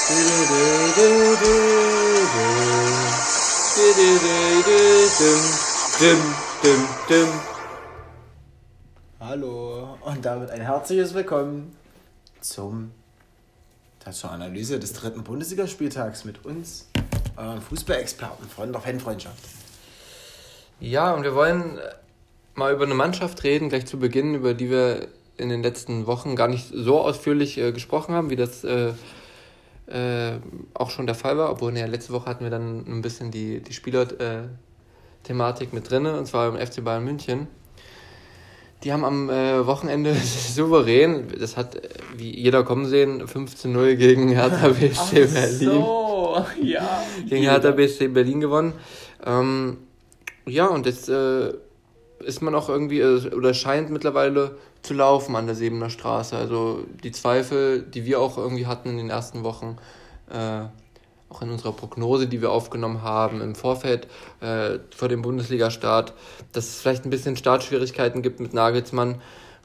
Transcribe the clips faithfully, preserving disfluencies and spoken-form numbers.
Hallo und damit ein herzliches Willkommen zum zur Analyse des dritten Bundesligaspieltags mit uns, euren Fußballexperten von der Fanfreundschaft. Ja, und wir wollen mal über eine Mannschaft reden, gleich zu Beginn, über die wir in den letzten Wochen gar nicht so ausführlich äh, gesprochen haben, wie das äh, äh, auch schon der Fall war. Obwohl, ja, letzte Woche hatten wir dann ein bisschen die, die Spieler-Thematik mit drin, und zwar im F C Bayern München. Die haben am äh, Wochenende souverän, das hat wie jeder kommen sehen, fünf zu null gegen Hertha B S C Berlin. So, ja. Gegen Hertha B S C Berlin gewonnen. Ähm, ja, und jetzt äh, ist man auch irgendwie, äh, oder scheint mittlerweile zu laufen an der Sebener Straße. Also die Zweifel, die wir auch irgendwie hatten in den ersten Wochen, äh, auch in unserer Prognose, die wir aufgenommen haben im Vorfeld äh, vor dem Bundesliga-Start, dass es vielleicht ein bisschen Startschwierigkeiten gibt mit Nagelsmann.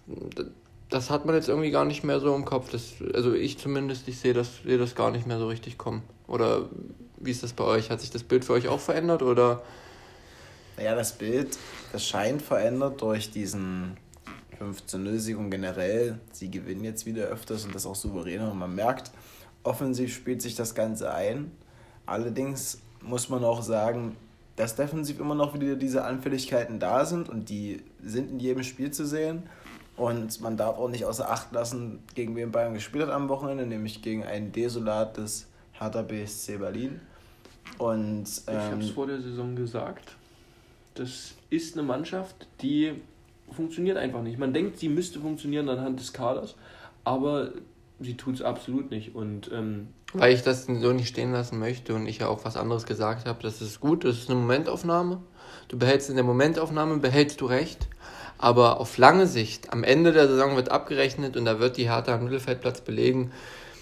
Das hat man jetzt irgendwie gar nicht mehr so im Kopf. Das, also ich zumindest, ich sehe das, sehe das gar nicht mehr so richtig kommen. Oder wie ist das bei euch? Hat sich das Bild für euch auch verändert? Oder? Naja, das Bild, das scheint verändert durch diesen fünf zu null-Sieg und generell. Sie gewinnen jetzt wieder öfters und das auch souveräner. Und man merkt, offensiv spielt sich das Ganze ein. Allerdings muss man auch sagen, dass defensiv immer noch wieder diese Anfälligkeiten da sind und die sind in jedem Spiel zu sehen. Und man darf auch nicht außer Acht lassen, gegen wen Bayern gespielt hat am Wochenende, nämlich gegen ein desolates Hertha B S C Berlin. Und, ähm, ich habe es vor der Saison gesagt, das ist eine Mannschaft, die funktioniert einfach nicht. Man denkt, sie müsste funktionieren anhand des Kaders, aber sie tut es absolut nicht. Und, ähm, weil ich das so nicht stehen lassen möchte und ich ja auch was anderes gesagt habe, das ist gut, das ist eine Momentaufnahme. Du behältst in der Momentaufnahme, behältst du recht, aber auf lange Sicht, am Ende der Saison wird abgerechnet und da wird die Hertha einen Mittelfeldplatz belegen,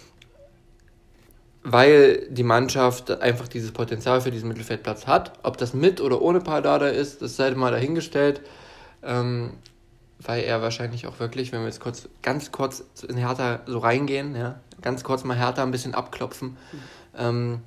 weil die Mannschaft einfach dieses Potenzial für diesen Mittelfeldplatz hat. Ob das mit oder ohne Pardada ist, das sei mal dahingestellt, ähm, weil er wahrscheinlich auch wirklich, wenn wir jetzt kurz, ganz kurz in Hertha so reingehen, ja, ganz kurz mal Hertha ein bisschen abklopfen, mhm. ähm,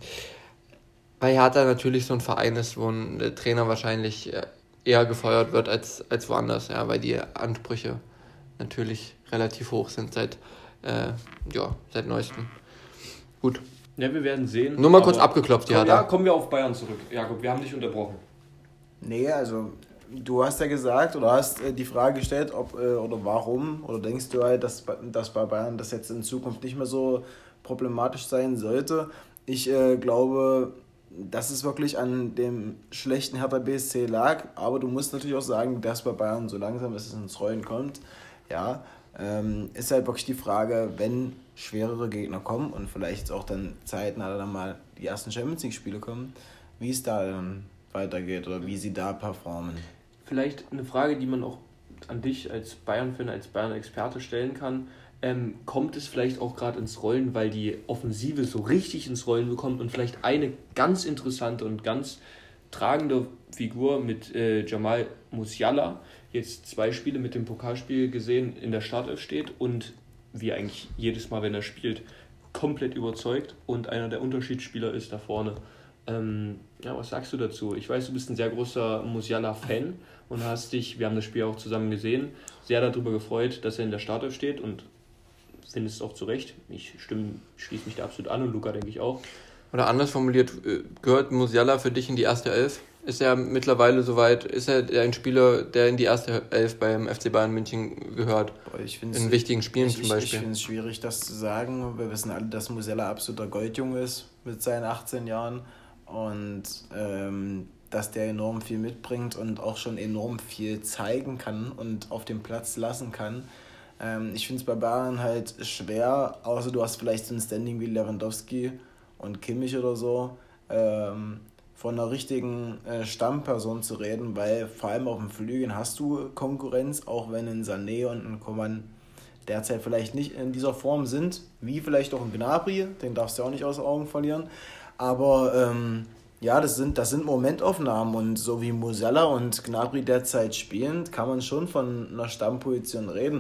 weil Hertha natürlich so ein Verein ist, wo ein Trainer wahrscheinlich eher gefeuert wird als, als woanders, ja, weil die Ansprüche natürlich relativ hoch sind seit, äh, ja, seit neuestem. Gut. Ja, wir werden sehen. Nur mal kurz abgeklopft, ja. Ja, kommen wir auf Bayern zurück. Jakob, wir haben dich unterbrochen. Nee, also du hast ja gesagt oder hast äh, die Frage gestellt, ob äh, oder warum, oder denkst du halt, dass, dass bei Bayern das jetzt in Zukunft nicht mehr so problematisch sein sollte. Ich äh, glaube, dass es wirklich an dem schlechten Hertha B S C lag, aber du musst natürlich auch sagen, dass bei Bayern so langsam es ins Rollen kommt. Ja, ähm, ist halt wirklich die Frage, wenn schwerere Gegner kommen und vielleicht auch dann zeitnah dann mal die ersten Champions-League-Spiele kommen, wie es da dann weitergeht oder wie sie da performen. Vielleicht eine Frage, die man auch an dich als Bayern-Fan, als Bayern-Experte stellen kann. Ähm, kommt es vielleicht auch gerade ins Rollen, weil die Offensive so richtig ins Rollen bekommt und vielleicht eine ganz interessante und ganz tragende Figur mit äh, Jamal Musiala jetzt zwei Spiele mit dem Pokalspiel gesehen in der Startelf steht und wie eigentlich jedes Mal, wenn er spielt, komplett überzeugt und einer der Unterschiedsspieler ist da vorne. Ähm, ja, was sagst du dazu? Ich weiß, du bist ein sehr großer Musiala-Fan und hast dich, wir haben das Spiel auch zusammen gesehen, sehr darüber gefreut, dass er in der Startelf steht und findest es auch zu Recht. Ich stimme, schließe mich da absolut an und Luca denke ich auch. Oder anders formuliert, gehört Musiala für dich in die erste Elf? Ist er mittlerweile soweit, ist er ein Spieler, der in die erste Elf beim F C Bayern München gehört? Boah, ich in wichtigen Spielen ich, zum Beispiel. Ich, ich finde es schwierig, das zu sagen. Wir wissen alle, dass Musiala absoluter Goldjunge ist mit seinen achtzehn Jahren und ähm, dass der enorm viel mitbringt und auch schon enorm viel zeigen kann und auf dem Platz lassen kann. Ähm, ich finde es bei Bayern halt schwer, außer du hast vielleicht so ein Standing wie Lewandowski und Kimmich oder so, ähm, von einer richtigen äh, Stammperson zu reden, weil vor allem auf den Flügeln hast du Konkurrenz, auch wenn ein Sané und ein Coman derzeit vielleicht nicht in dieser Form sind, wie vielleicht auch ein Gnabry, den darfst du auch nicht aus den Augen verlieren, aber ähm, ja, das sind, das sind Momentaufnahmen und so wie Musiala und Gnabry derzeit spielen, kann man schon von einer Stammposition reden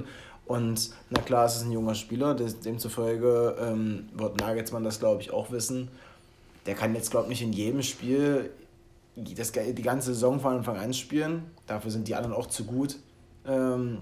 Und na klar, es ist ein junger Spieler, des, demzufolge ähm, wird Nagelsmann das, glaube ich, auch wissen. Der kann jetzt, glaube ich, nicht in jedem Spiel das, die ganze Saison von Anfang an spielen. Dafür sind die anderen auch zu gut. Ähm,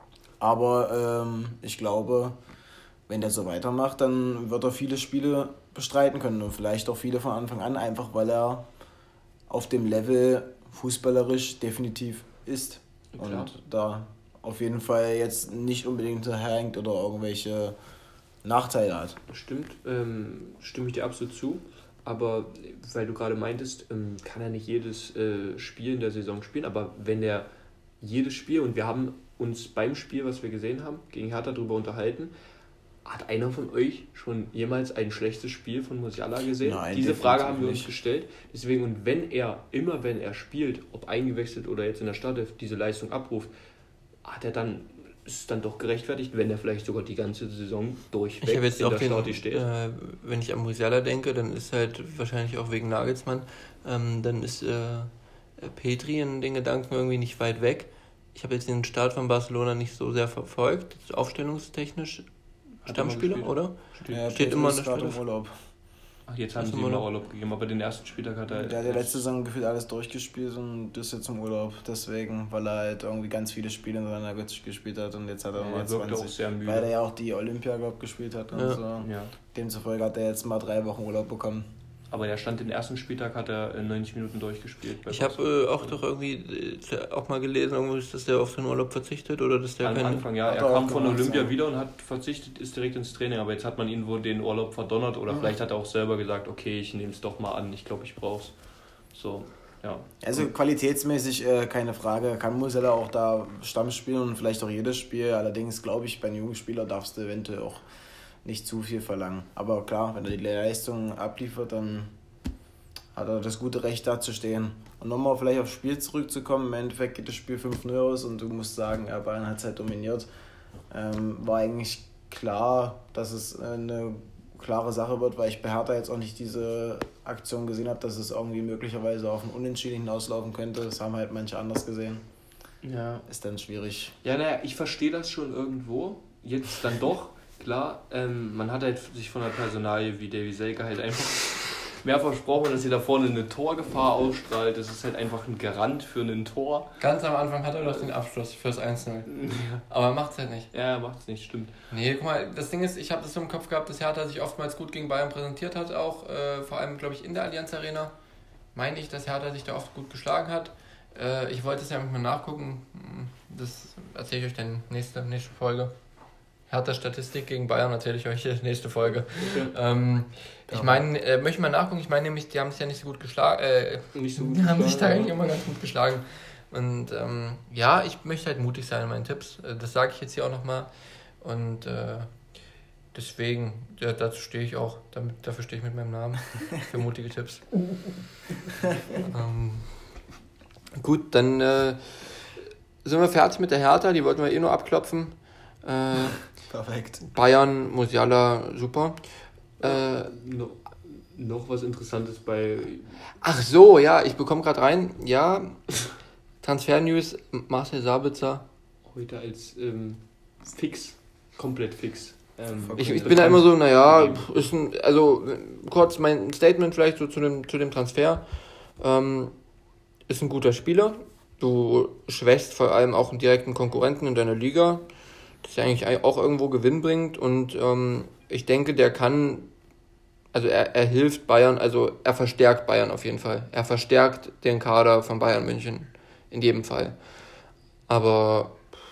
aber ähm, ich glaube, wenn der so weitermacht, dann wird er viele Spiele bestreiten können und vielleicht auch viele von Anfang an, einfach weil er auf dem Level fußballerisch definitiv ist. Klar. Und da auf jeden Fall jetzt nicht unbedingt hängt oder irgendwelche Nachteile hat. Stimmt, ähm, stimme ich dir absolut zu. Aber weil du gerade meintest, ähm, kann er nicht jedes äh, Spiel in der Saison spielen, aber wenn er jedes Spiel, und wir haben uns beim Spiel, was wir gesehen haben, gegen Hertha darüber unterhalten, hat einer von euch schon jemals ein schlechtes Spiel von Musiala gesehen? Nein, diese Frage haben wir uns nicht. gestellt. Deswegen, und wenn er, immer wenn er spielt, ob eingewechselt oder jetzt in der Startelf, diese Leistung abruft, hat er dann, ist es dann doch gerechtfertigt, wenn er vielleicht sogar die ganze Saison durchweg ich habe jetzt in auch der den, Startelf steht. äh, wenn ich an Musiala denke, dann ist halt wahrscheinlich auch wegen Nagelsmann, ähm, dann ist äh, Petri in den Gedanken irgendwie nicht weit weg. Ich habe jetzt den Start von Barcelona nicht so sehr verfolgt, aufstellungstechnisch. Stammspieler, oder? Steht, ja, Steht immer in der gerade im Startelf. Urlaub. Ach, jetzt haben sie ihm mal Urlaub gegeben, aber den ersten Spieltag hat er... Der hat ja letzte Saison gefühlt alles durchgespielt und ist jetzt im Urlaub. Deswegen, weil er halt irgendwie ganz viele Spiele in seiner Götz gespielt hat und jetzt hat er Ja, mal er wirkt auch zwanzig. sehr müde. Weil er ja auch die Olympia, glaub, gespielt hat und Ja. so. Ja. Demzufolge hat er jetzt mal drei Wochen Urlaub bekommen. Aber der stand den ersten Spieltag, hat er in neunzig Minuten durchgespielt. bei Ich habe äh, auch doch irgendwie äh, auch mal gelesen, irgendwo, dass der auf den Urlaub verzichtet oder dass der Am keine... Anfang, ja. Hat Er er kam auch von gemacht, Olympia ja. wieder und hat verzichtet, ist direkt ins Training. Aber jetzt hat man ihn wohl den Urlaub verdonnert oder Mhm. vielleicht hat er auch selber gesagt, okay, ich nehme es doch mal an, ich glaube, ich brauch's. So, ja. Also qualitätsmäßig äh, keine Frage, kann Musiala auch da Stamm spielen und vielleicht auch jedes Spiel. Allerdings glaube ich, bei einem jungen Spieler darfst du eventuell auch nicht zu viel verlangen. Aber klar, wenn er die Leistung abliefert, dann hat er das gute Recht da zu stehen. Und nochmal vielleicht aufs Spiel zurückzukommen, im Endeffekt geht das Spiel fünf null aus und du musst sagen, ja, Bayern hat es halt dominiert. Ähm, war eigentlich klar, dass es eine klare Sache wird, weil ich bei Hertha jetzt auch nicht diese Aktion gesehen habe, dass es irgendwie möglicherweise auf ein Unentschieden hinauslaufen könnte. Das haben halt manche anders gesehen. Ja, Ist dann schwierig. ja naja, ich verstehe das schon irgendwo. Jetzt dann doch, klar, ähm, man hat halt sich von der Personalie wie Davy Selke halt einfach mehr versprochen, dass sie da vorne eine Torgefahr ausstrahlt. Das ist halt einfach ein Garant für ein Tor. Ganz am Anfang hat er doch den Abschluss fürs eins null. Ja, Aber macht's halt nicht. er macht's nicht, stimmt. Nee, guck mal, das Ding ist, ich habe das so im Kopf gehabt, dass Hertha sich oftmals gut gegen Bayern präsentiert hat, auch äh, vor allem, glaube ich, in der Allianz Arena. Meine ich, dass Hertha sich da oft gut geschlagen hat. Äh, ich wollte es ja mal nachgucken. Das erzähle ich euch dann nächste, nächste Folge. Hertha Statistik gegen Bayern erzähle ich euch nächste Folge. Okay. Ähm, ich meine, äh, möchte mal nachgucken, ich meine nämlich, die haben sich ja nicht so gut geschlagen. Äh, Nicht so gut die haben sich da geschlagen, eigentlich immer ganz gut geschlagen. Und ähm, ja, ich möchte halt mutig sein in meinen Tipps. Äh, Das sage ich jetzt hier auch nochmal. Und äh, deswegen, ja, dazu stehe ich auch. Damit, dafür stehe ich mit meinem Namen. Für mutige Tipps. ähm, gut, dann äh, sind wir fertig mit der Hertha. Die wollten wir eh nur abklopfen. Äh, Perfekt. Bayern, Musiala, super. Äh, No, noch was Interessantes bei... ach so, ja, ich bekomme gerade rein. Ja, Transfer-News, Marcel Sabitzer. Heute als ähm, fix, komplett fix. Ähm, Ich, ich bin da immer so, naja, ist ein, also kurz mein Statement vielleicht so zu dem, zu dem Transfer. Ähm, ist ein guter Spieler. Du schwächst vor allem auch einen direkten Konkurrenten in deiner Liga, das ja eigentlich auch irgendwo Gewinn bringt. Und ähm, ich denke, der kann, also er, er hilft Bayern, also er verstärkt Bayern auf jeden Fall. Er verstärkt den Kader von Bayern München in jedem Fall. Aber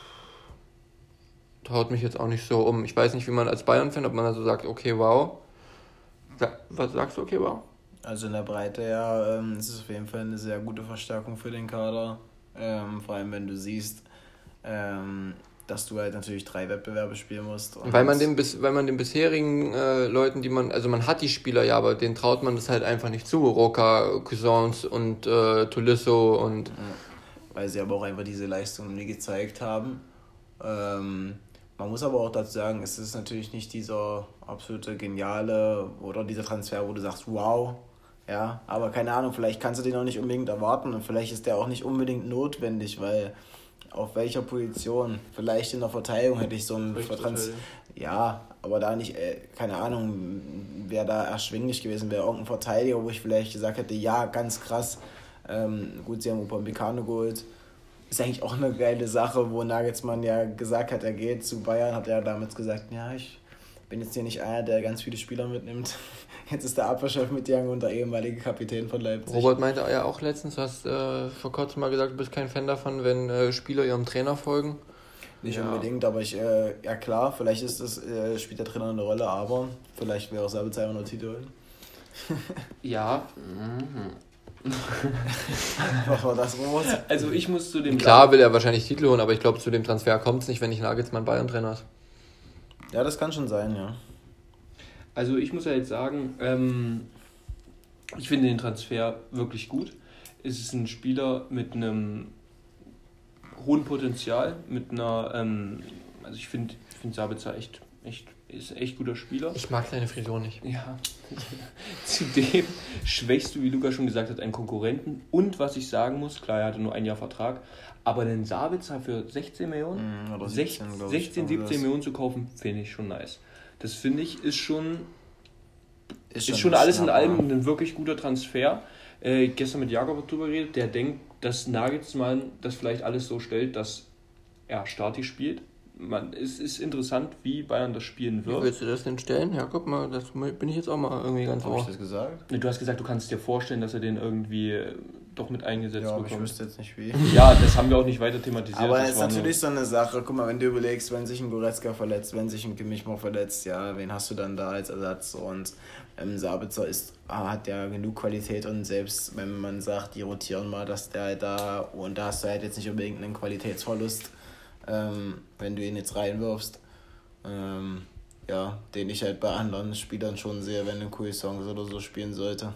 haut mich jetzt auch nicht so um. Ich weiß nicht, wie man als Bayern-Fan, ob man also sagt, okay, wow. Sa- Was sagst du, okay, wow? Also in der Breite, ja, ähm, es ist auf jeden Fall eine sehr gute Verstärkung für den Kader. Ähm, vor allem, wenn du siehst, ähm, dass du halt natürlich drei Wettbewerbe spielen musst. Und Weil man den, bis, weil man den bisherigen äh, Leuten, die man, also man hat die Spieler ja, aber denen traut man das halt einfach nicht zu. Roca, Cousins und äh, Tolisso und... Ja, weil sie aber auch einfach diese Leistung nie gezeigt haben. Ähm, man muss aber auch dazu sagen, es ist natürlich nicht dieser absolute geniale oder dieser Transfer, wo du sagst, wow, ja, aber keine Ahnung, vielleicht kannst du den auch nicht unbedingt erwarten und vielleicht ist der auch nicht unbedingt notwendig, weil auf welcher Position. Vielleicht in der Verteidigung hätte ich so einen Vertrans... Ja, aber da nicht, äh, keine Ahnung, wäre da erschwinglich gewesen, wäre irgendein Verteidiger, wo ich vielleicht gesagt hätte, ja, ganz krass. Ähm, gut, sie haben Upamecano geholt. Ist eigentlich auch eine geile Sache, wo Nagelsmann ja gesagt hat, er geht zu Bayern, hat er damals gesagt, ja, ich bin jetzt hier nicht einer, der ganz viele Spieler mitnimmt. Jetzt ist der Abwehrchef mitgegangen und der ehemalige Kapitän von Leipzig. Robert meinte ja auch letztens, du hast äh, vor kurzem mal gesagt, du bist kein Fan davon, wenn äh, Spieler ihrem Trainer folgen. Nicht ja. unbedingt, aber ich, äh, ja klar, vielleicht ist das, äh, spielt der Trainer eine Rolle, aber vielleicht wäre auch Sabitzer noch Titel holen. Ja. Mhm. Was war das, Robert? Also ich muss zu dem... Klar will er wahrscheinlich Titel holen, aber ich glaube, zu dem Transfer kommt es nicht, wenn nicht Nagelsmann Bayern-Trainer ist. Ja, das kann schon sein, ja. Also ich muss ja jetzt sagen, ähm, ich finde den Transfer wirklich gut. Es ist ein Spieler mit einem hohen Potenzial, mit einer, ähm, also ich finde ich find Sabitzer echt, echt, ist ein echt guter Spieler. Ich mag seine Frisur nicht. Ja, zudem schwächst du, wie Luca schon gesagt hat, einen Konkurrenten. Und was ich sagen muss, klar, er hatte nur ein Jahr Vertrag, aber den Sabitzer für sechzehn Millionen, mm, oder siebzehn, sechzehn, ich, sechzehn siebzehn Millionen zu kaufen, finde ich schon nice. Das finde ich ist schon, ist schon, ist schon alles in allem ein wirklich guter Transfer. Äh, gestern mit Jakob darüber geredet, der denkt, dass Nagelsmann das vielleicht alles so stellt, dass er Stati spielt. Man, es ist interessant, wie Bayern das spielen wird. Wie willst du das denn stellen? Ja, guck mal, das bin ich jetzt auch mal irgendwie ganz ohr. Habe ich ohr. das gesagt? Du hast gesagt, du kannst dir vorstellen, dass er den irgendwie doch mit eingesetzt ja, bekommt. Ja, ich wüsste jetzt nicht wie. Ja, das haben wir auch nicht weiter thematisiert. Aber es ist natürlich so eine Sache, guck mal, wenn du überlegst, wenn sich ein Goretzka verletzt, wenn sich ein Kimmich mal verletzt, ja, wen hast du dann da als Ersatz? Und ähm, Sabitzer ist, hat ja genug Qualität und selbst wenn man sagt, die rotieren mal, dass der halt da, und da hast du halt jetzt nicht unbedingt einen Qualitätsverlust, ähm, wenn du ihn jetzt reinwirfst, ähm, ja, den ich halt bei anderen Spielern schon sehe, wenn ein Cuisance oder so spielen sollte.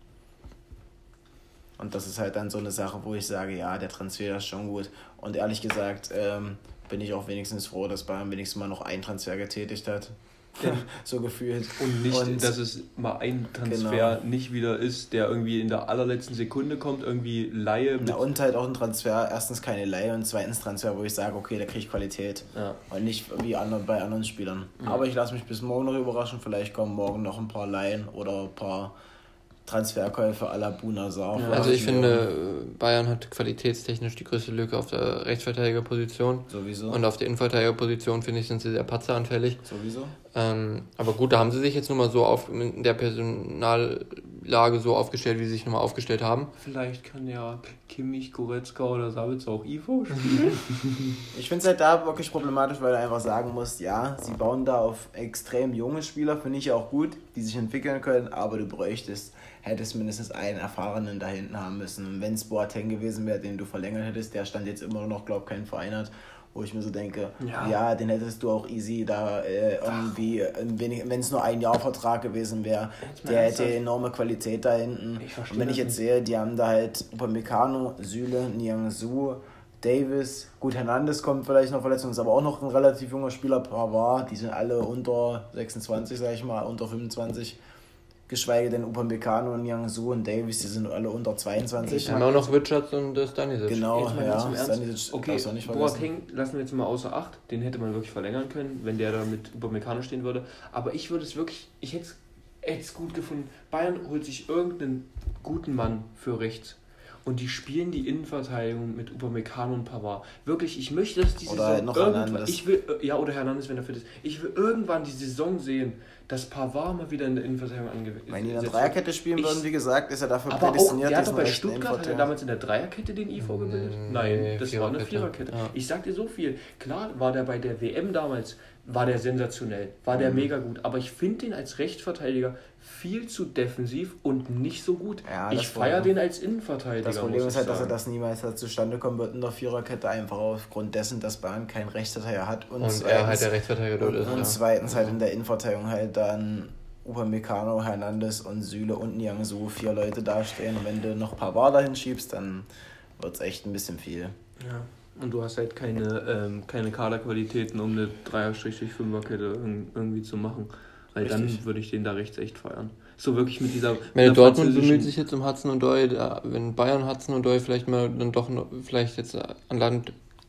Und das ist halt dann so eine Sache, wo ich sage, ja, der Transfer ist schon gut. Und ehrlich gesagt ähm, bin ich auch wenigstens froh, dass Bayern wenigstens mal noch einen Transfer getätigt hat. Ja. So gefühlt. Und nicht, und dass es mal ein Transfer genau. nicht wieder ist, der irgendwie in der allerletzten Sekunde kommt, irgendwie Laie. Na, und halt auch ein Transfer, erstens keine Laie und zweitens Transfer, wo ich sage, okay, der kriegt Qualität. Ja. Und nicht wie andere, bei anderen Spielern. Mhm. Aber ich lasse mich bis morgen noch überraschen, vielleicht kommen morgen noch ein paar Laien oder ein paar Transferkäufe à la Bunazar. Ja. Also ich finde, Bayern hat qualitätstechnisch die größte Lücke auf der Rechtsverteidigerposition. Sowieso. Und auf der Innenverteidigerposition, finde ich, sind sie sehr patzeranfällig. Sowieso. Ähm, aber gut, da haben sie sich jetzt nun mal so auf, in der Personallage so aufgestellt, wie sie sich nun mal aufgestellt haben. Vielleicht kann ja Kimmich, Goretzka oder Sabitzer auch Ivo spielen. Ich finde es halt da wirklich problematisch, weil du einfach sagen musst, ja, sie bauen da auf extrem junge Spieler, finde ich auch gut, die sich entwickeln können, aber du bräuchtest, hättest mindestens einen Erfahrenen da hinten haben müssen. Und wenn es Boateng gewesen wäre, den du verlängert hättest, der stand jetzt immer noch, glaube ich, keinen Verein hat, wo ich mir so denke, ja, ja den hättest du auch easy da äh, irgendwie, wenn es nur ein Jahr Vertrag gewesen wäre, der hätte enorme Qualität da hinten. Und wenn ich jetzt sehe, die haben da halt Upamecano, Süle, Niang-Su, Davis, gut, Hernandez kommt vielleicht noch Verletzung, ist aber auch noch ein relativ junger Spieler, Pavard, die sind alle unter sechsundzwanzig, sag ich mal, unter fünfundzwanzig. Geschweige denn Upamecano und Niang-Su und Davis, die sind alle unter zweiundzwanzig. Wir haben auch noch Richards und äh, Stanisic. Genau, ja, Stanisic, okay, darfst du nicht vergessen. Boateng lassen wir jetzt mal außer Acht, den hätte man wirklich verlängern können, wenn der da mit Upamecano stehen würde. Aber ich würde es wirklich, ich hätte es gut gefunden. Bayern holt sich irgendeinen guten Mann für rechts. Und die spielen die Innenverteidigung mit Upamecano und Pavard. Wirklich, ich möchte, dass die Saison halt noch irgendwann... Ich will, ja, oder Hernandez, wenn er fit ist. Ich will irgendwann die Saison sehen, dass Pavard mal wieder in der Innenverteidigung angewiesen ist. Wenn die in der Dreierkette spielen ich, würden, wie gesagt, ist er dafür aber prädestiniert. Aber der hat doch bei Stuttgart, hat er damals in der Dreierkette den I V gebildet? Nee, Nein, das war eine Viererkette. Ja. Ich sag dir so viel. Klar war der bei der W M damals, war der sensationell, war der mhm. mega gut. Aber ich finde den als Rechtsverteidiger viel zu defensiv und nicht so gut. Ja, ich feiere den als Innenverteidiger. Das Problem ist halt, dass er das niemals halt zustande kommen wird in der Viererkette, einfach aufgrund dessen, dass Bayern keinen Rechtsverteidiger hat. Und, und zweitens, er halt der Rechtsverteidiger dort ist. Und ja. zweitens halt in der Innenverteidigung halt dann Upamecano, Hernandez und Süle und Niang-Su, vier Leute dastehen. Und wenn du noch Pavard dahin schiebst, dann wird es echt ein bisschen viel. Ja. Und du hast halt keine, ähm, keine Kaderqualitäten, um eine Dreier-Fünfer-Kette irgendwie zu machen. Weil Richtig. Dann würde ich den da rechts echt feiern. So wirklich mit dieser... Wenn Dortmund bemüht sich jetzt um Hudson und Doy, wenn Bayern Hudson und Doy vielleicht mal dann doch noch, vielleicht jetzt an Land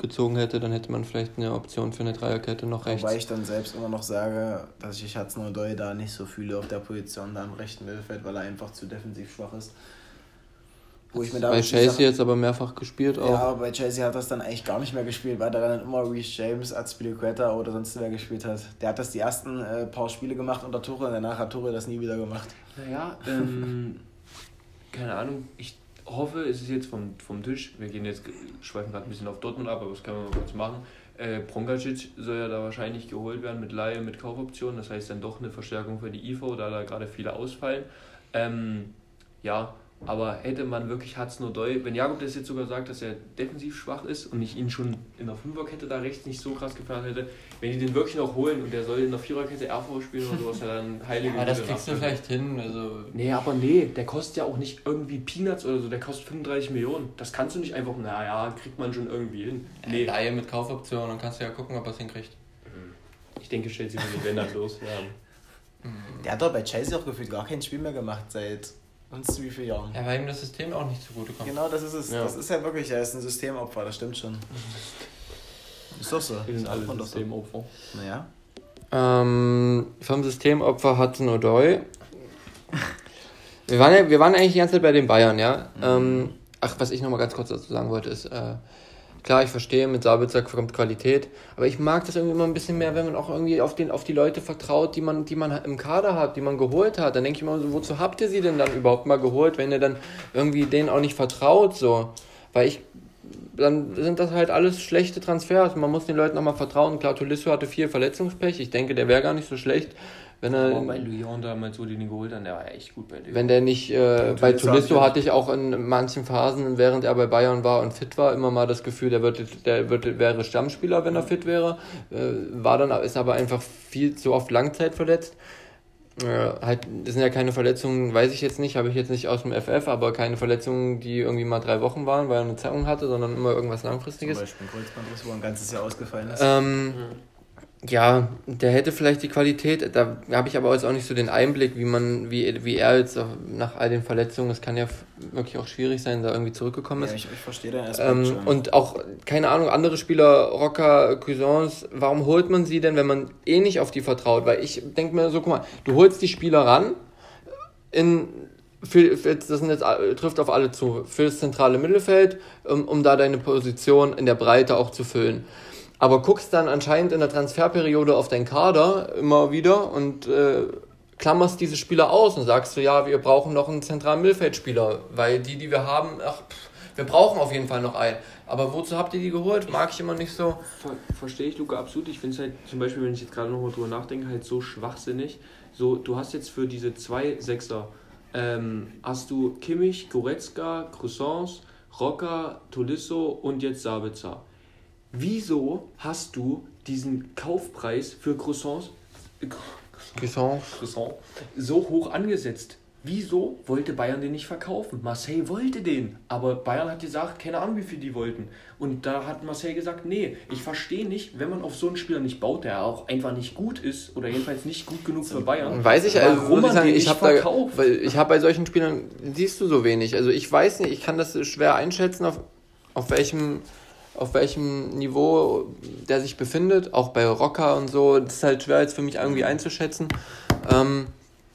gezogen hätte, dann hätte man vielleicht eine Option für eine Dreierkette noch rechts. Wobei ich dann selbst immer noch sage, dass ich Hudson-Odoi da nicht so fühle auf der Position da im rechten Mittelfeld, weil er einfach zu defensiv schwach ist. Wo ich mir da bei Chelsea Sache, jetzt aber mehrfach gespielt auch. Ja, bei Chelsea hat das dann eigentlich gar nicht mehr gespielt, weil da dann immer Reece James, Azpilicueta oder sonst wer gespielt hat. Der hat das die ersten äh, paar Spiele gemacht unter Tuchel und danach hat Tuchel das nie wieder gemacht. Naja, ähm, keine Ahnung, ich hoffe, es ist jetzt vom, vom Tisch, wir gehen jetzt, schweifen gerade ein bisschen auf Dortmund ab, aber das können wir mal kurz machen. Äh, Bronkacic soll ja da wahrscheinlich geholt werden mit Leihe, mit Kaufoptionen, das heißt dann doch eine Verstärkung für die I V, da da gerade viele ausfallen. Ähm, ja, aber hätte man wirklich Hudson-Odoi, wenn Jakob das jetzt sogar sagt, dass er defensiv schwach ist und ich ihn schon in der Fünferkette da rechts nicht so krass gefährdet hätte, wenn die den wirklich noch holen und der soll in der Viererkette R V spielen oder sowas, ja dann heilige Ja, das kriegst du vielleicht hin. Also nee, aber nee, der kostet ja auch nicht irgendwie Peanuts oder so, der kostet fünfunddreißig Millionen. Das kannst du nicht einfach, naja, kriegt man schon irgendwie hin. Nee. Leihe mit Kaufoption, dann kannst du ja gucken, ob er es hinkriegt. Ich denke, Chelsea will nicht, wenn dann los werden. Der hat doch bei Chelsea auch gefühlt gar kein Spiel mehr gemacht seit uns wie viele Jahren. Ja, weil ihm das System auch nicht zugute kommt. Genau, das ist es. Ja. Das ist ja wirklich, er ist ein Systemopfer, das stimmt schon. Ist doch so. Wir sind alle Systemopfer. Naja. Ähm, vom Systemopfer Hudson-Odoi. Wir waren, ja, wir waren eigentlich die ganze Zeit bei den Bayern, ja. Mhm. Ähm, ach, was ich nochmal ganz kurz dazu sagen wollte, ist, äh, klar, ich verstehe, mit Sabitzer kommt Qualität, aber ich mag das irgendwie immer ein bisschen mehr, wenn man auch irgendwie auf, den, auf die Leute vertraut, die man, die man im Kader hat, die man geholt hat. Dann denke ich immer so, wozu habt ihr sie denn dann überhaupt mal geholt, wenn ihr dann irgendwie denen auch nicht vertraut, so. Weil ich, dann sind das halt alles schlechte Transfers. Man muss den Leuten auch mal vertrauen. Klar, Tolisso hatte viel Verletzungspech. Ich denke, der wäre gar nicht so schlecht. Wenn er, aber bei Lyon damals, wo die den geholt haben, der war ja echt gut bei Lyon. Wenn der nicht, äh, bei Tolisso hatte ich auch in manchen Phasen, während er bei Bayern war und fit war, immer mal das Gefühl, der, wird, der wird, wäre Stammspieler, wenn er fit wäre. Äh, war dann, ist aber einfach viel zu oft Langzeit verletzt. Äh, halt, das sind ja keine Verletzungen, weiß ich jetzt nicht, habe ich jetzt nicht aus dem F F, aber keine Verletzungen, die irgendwie mal drei Wochen waren, weil er eine Zerrung hatte, sondern immer irgendwas Langfristiges. Zum Beispiel ein Kreuzbandriss, wo ein ganzes Jahr ausgefallen ist. Ähm, mhm. Ja, der hätte vielleicht die Qualität, da habe ich aber jetzt auch nicht so den Einblick, wie man, wie, wie er jetzt nach all den Verletzungen, es kann ja wirklich auch schwierig sein, da irgendwie zurückgekommen ist. Ja, ich, ich verstehe den Aspekt ähm, schon. Und auch, keine Ahnung, andere Spieler, Rocker, Cuisance, warum holt man sie denn, wenn man eh nicht auf die vertraut? Weil ich denke mir so, guck mal, du holst die Spieler ran, in, für, für, das sind jetzt, trifft auf alle zu, für das zentrale Mittelfeld, um, um da deine Position in der Breite auch zu füllen. Aber guckst dann anscheinend in der Transferperiode auf deinen Kader immer wieder und äh, klammerst diese Spieler aus und sagst so, ja, wir brauchen noch einen zentralen Mittelfeldspieler, weil die, die wir haben, ach, pff, wir brauchen auf jeden Fall noch einen. Aber wozu habt ihr die geholt? Mag ich immer nicht so. Ver- Verstehe ich, Luca, absolut. Ich finde es halt, zum Beispiel, wenn ich jetzt gerade nochmal drüber nachdenke, halt so schwachsinnig. So, du hast jetzt für diese zwei Sechser, ähm, hast du Kimmich, Goretzka, Cuisance, Rocker, Tolisso und jetzt Sabitzer. Wieso hast du diesen Kaufpreis für Croissants, Croissants. Croissant so hoch angesetzt? Wieso wollte Bayern den nicht verkaufen? Marseille wollte den, aber Bayern hat gesagt, keine Ahnung, wie viel die wollten. Und da hat Marseille gesagt, nee, ich verstehe nicht, wenn man auf so einen Spieler nicht baut, der auch einfach nicht gut ist oder jedenfalls nicht gut genug für Bayern. Weiß ich, also, warum man sagen, den ich nicht verkauft. Da, weil ich habe bei solchen Spielern, siehst du so wenig. Also ich weiß nicht, ich kann das schwer einschätzen, auf, auf welchem... auf welchem Niveau der sich befindet, auch bei Rocker und so, das ist halt schwer jetzt für mich irgendwie einzuschätzen. Ähm,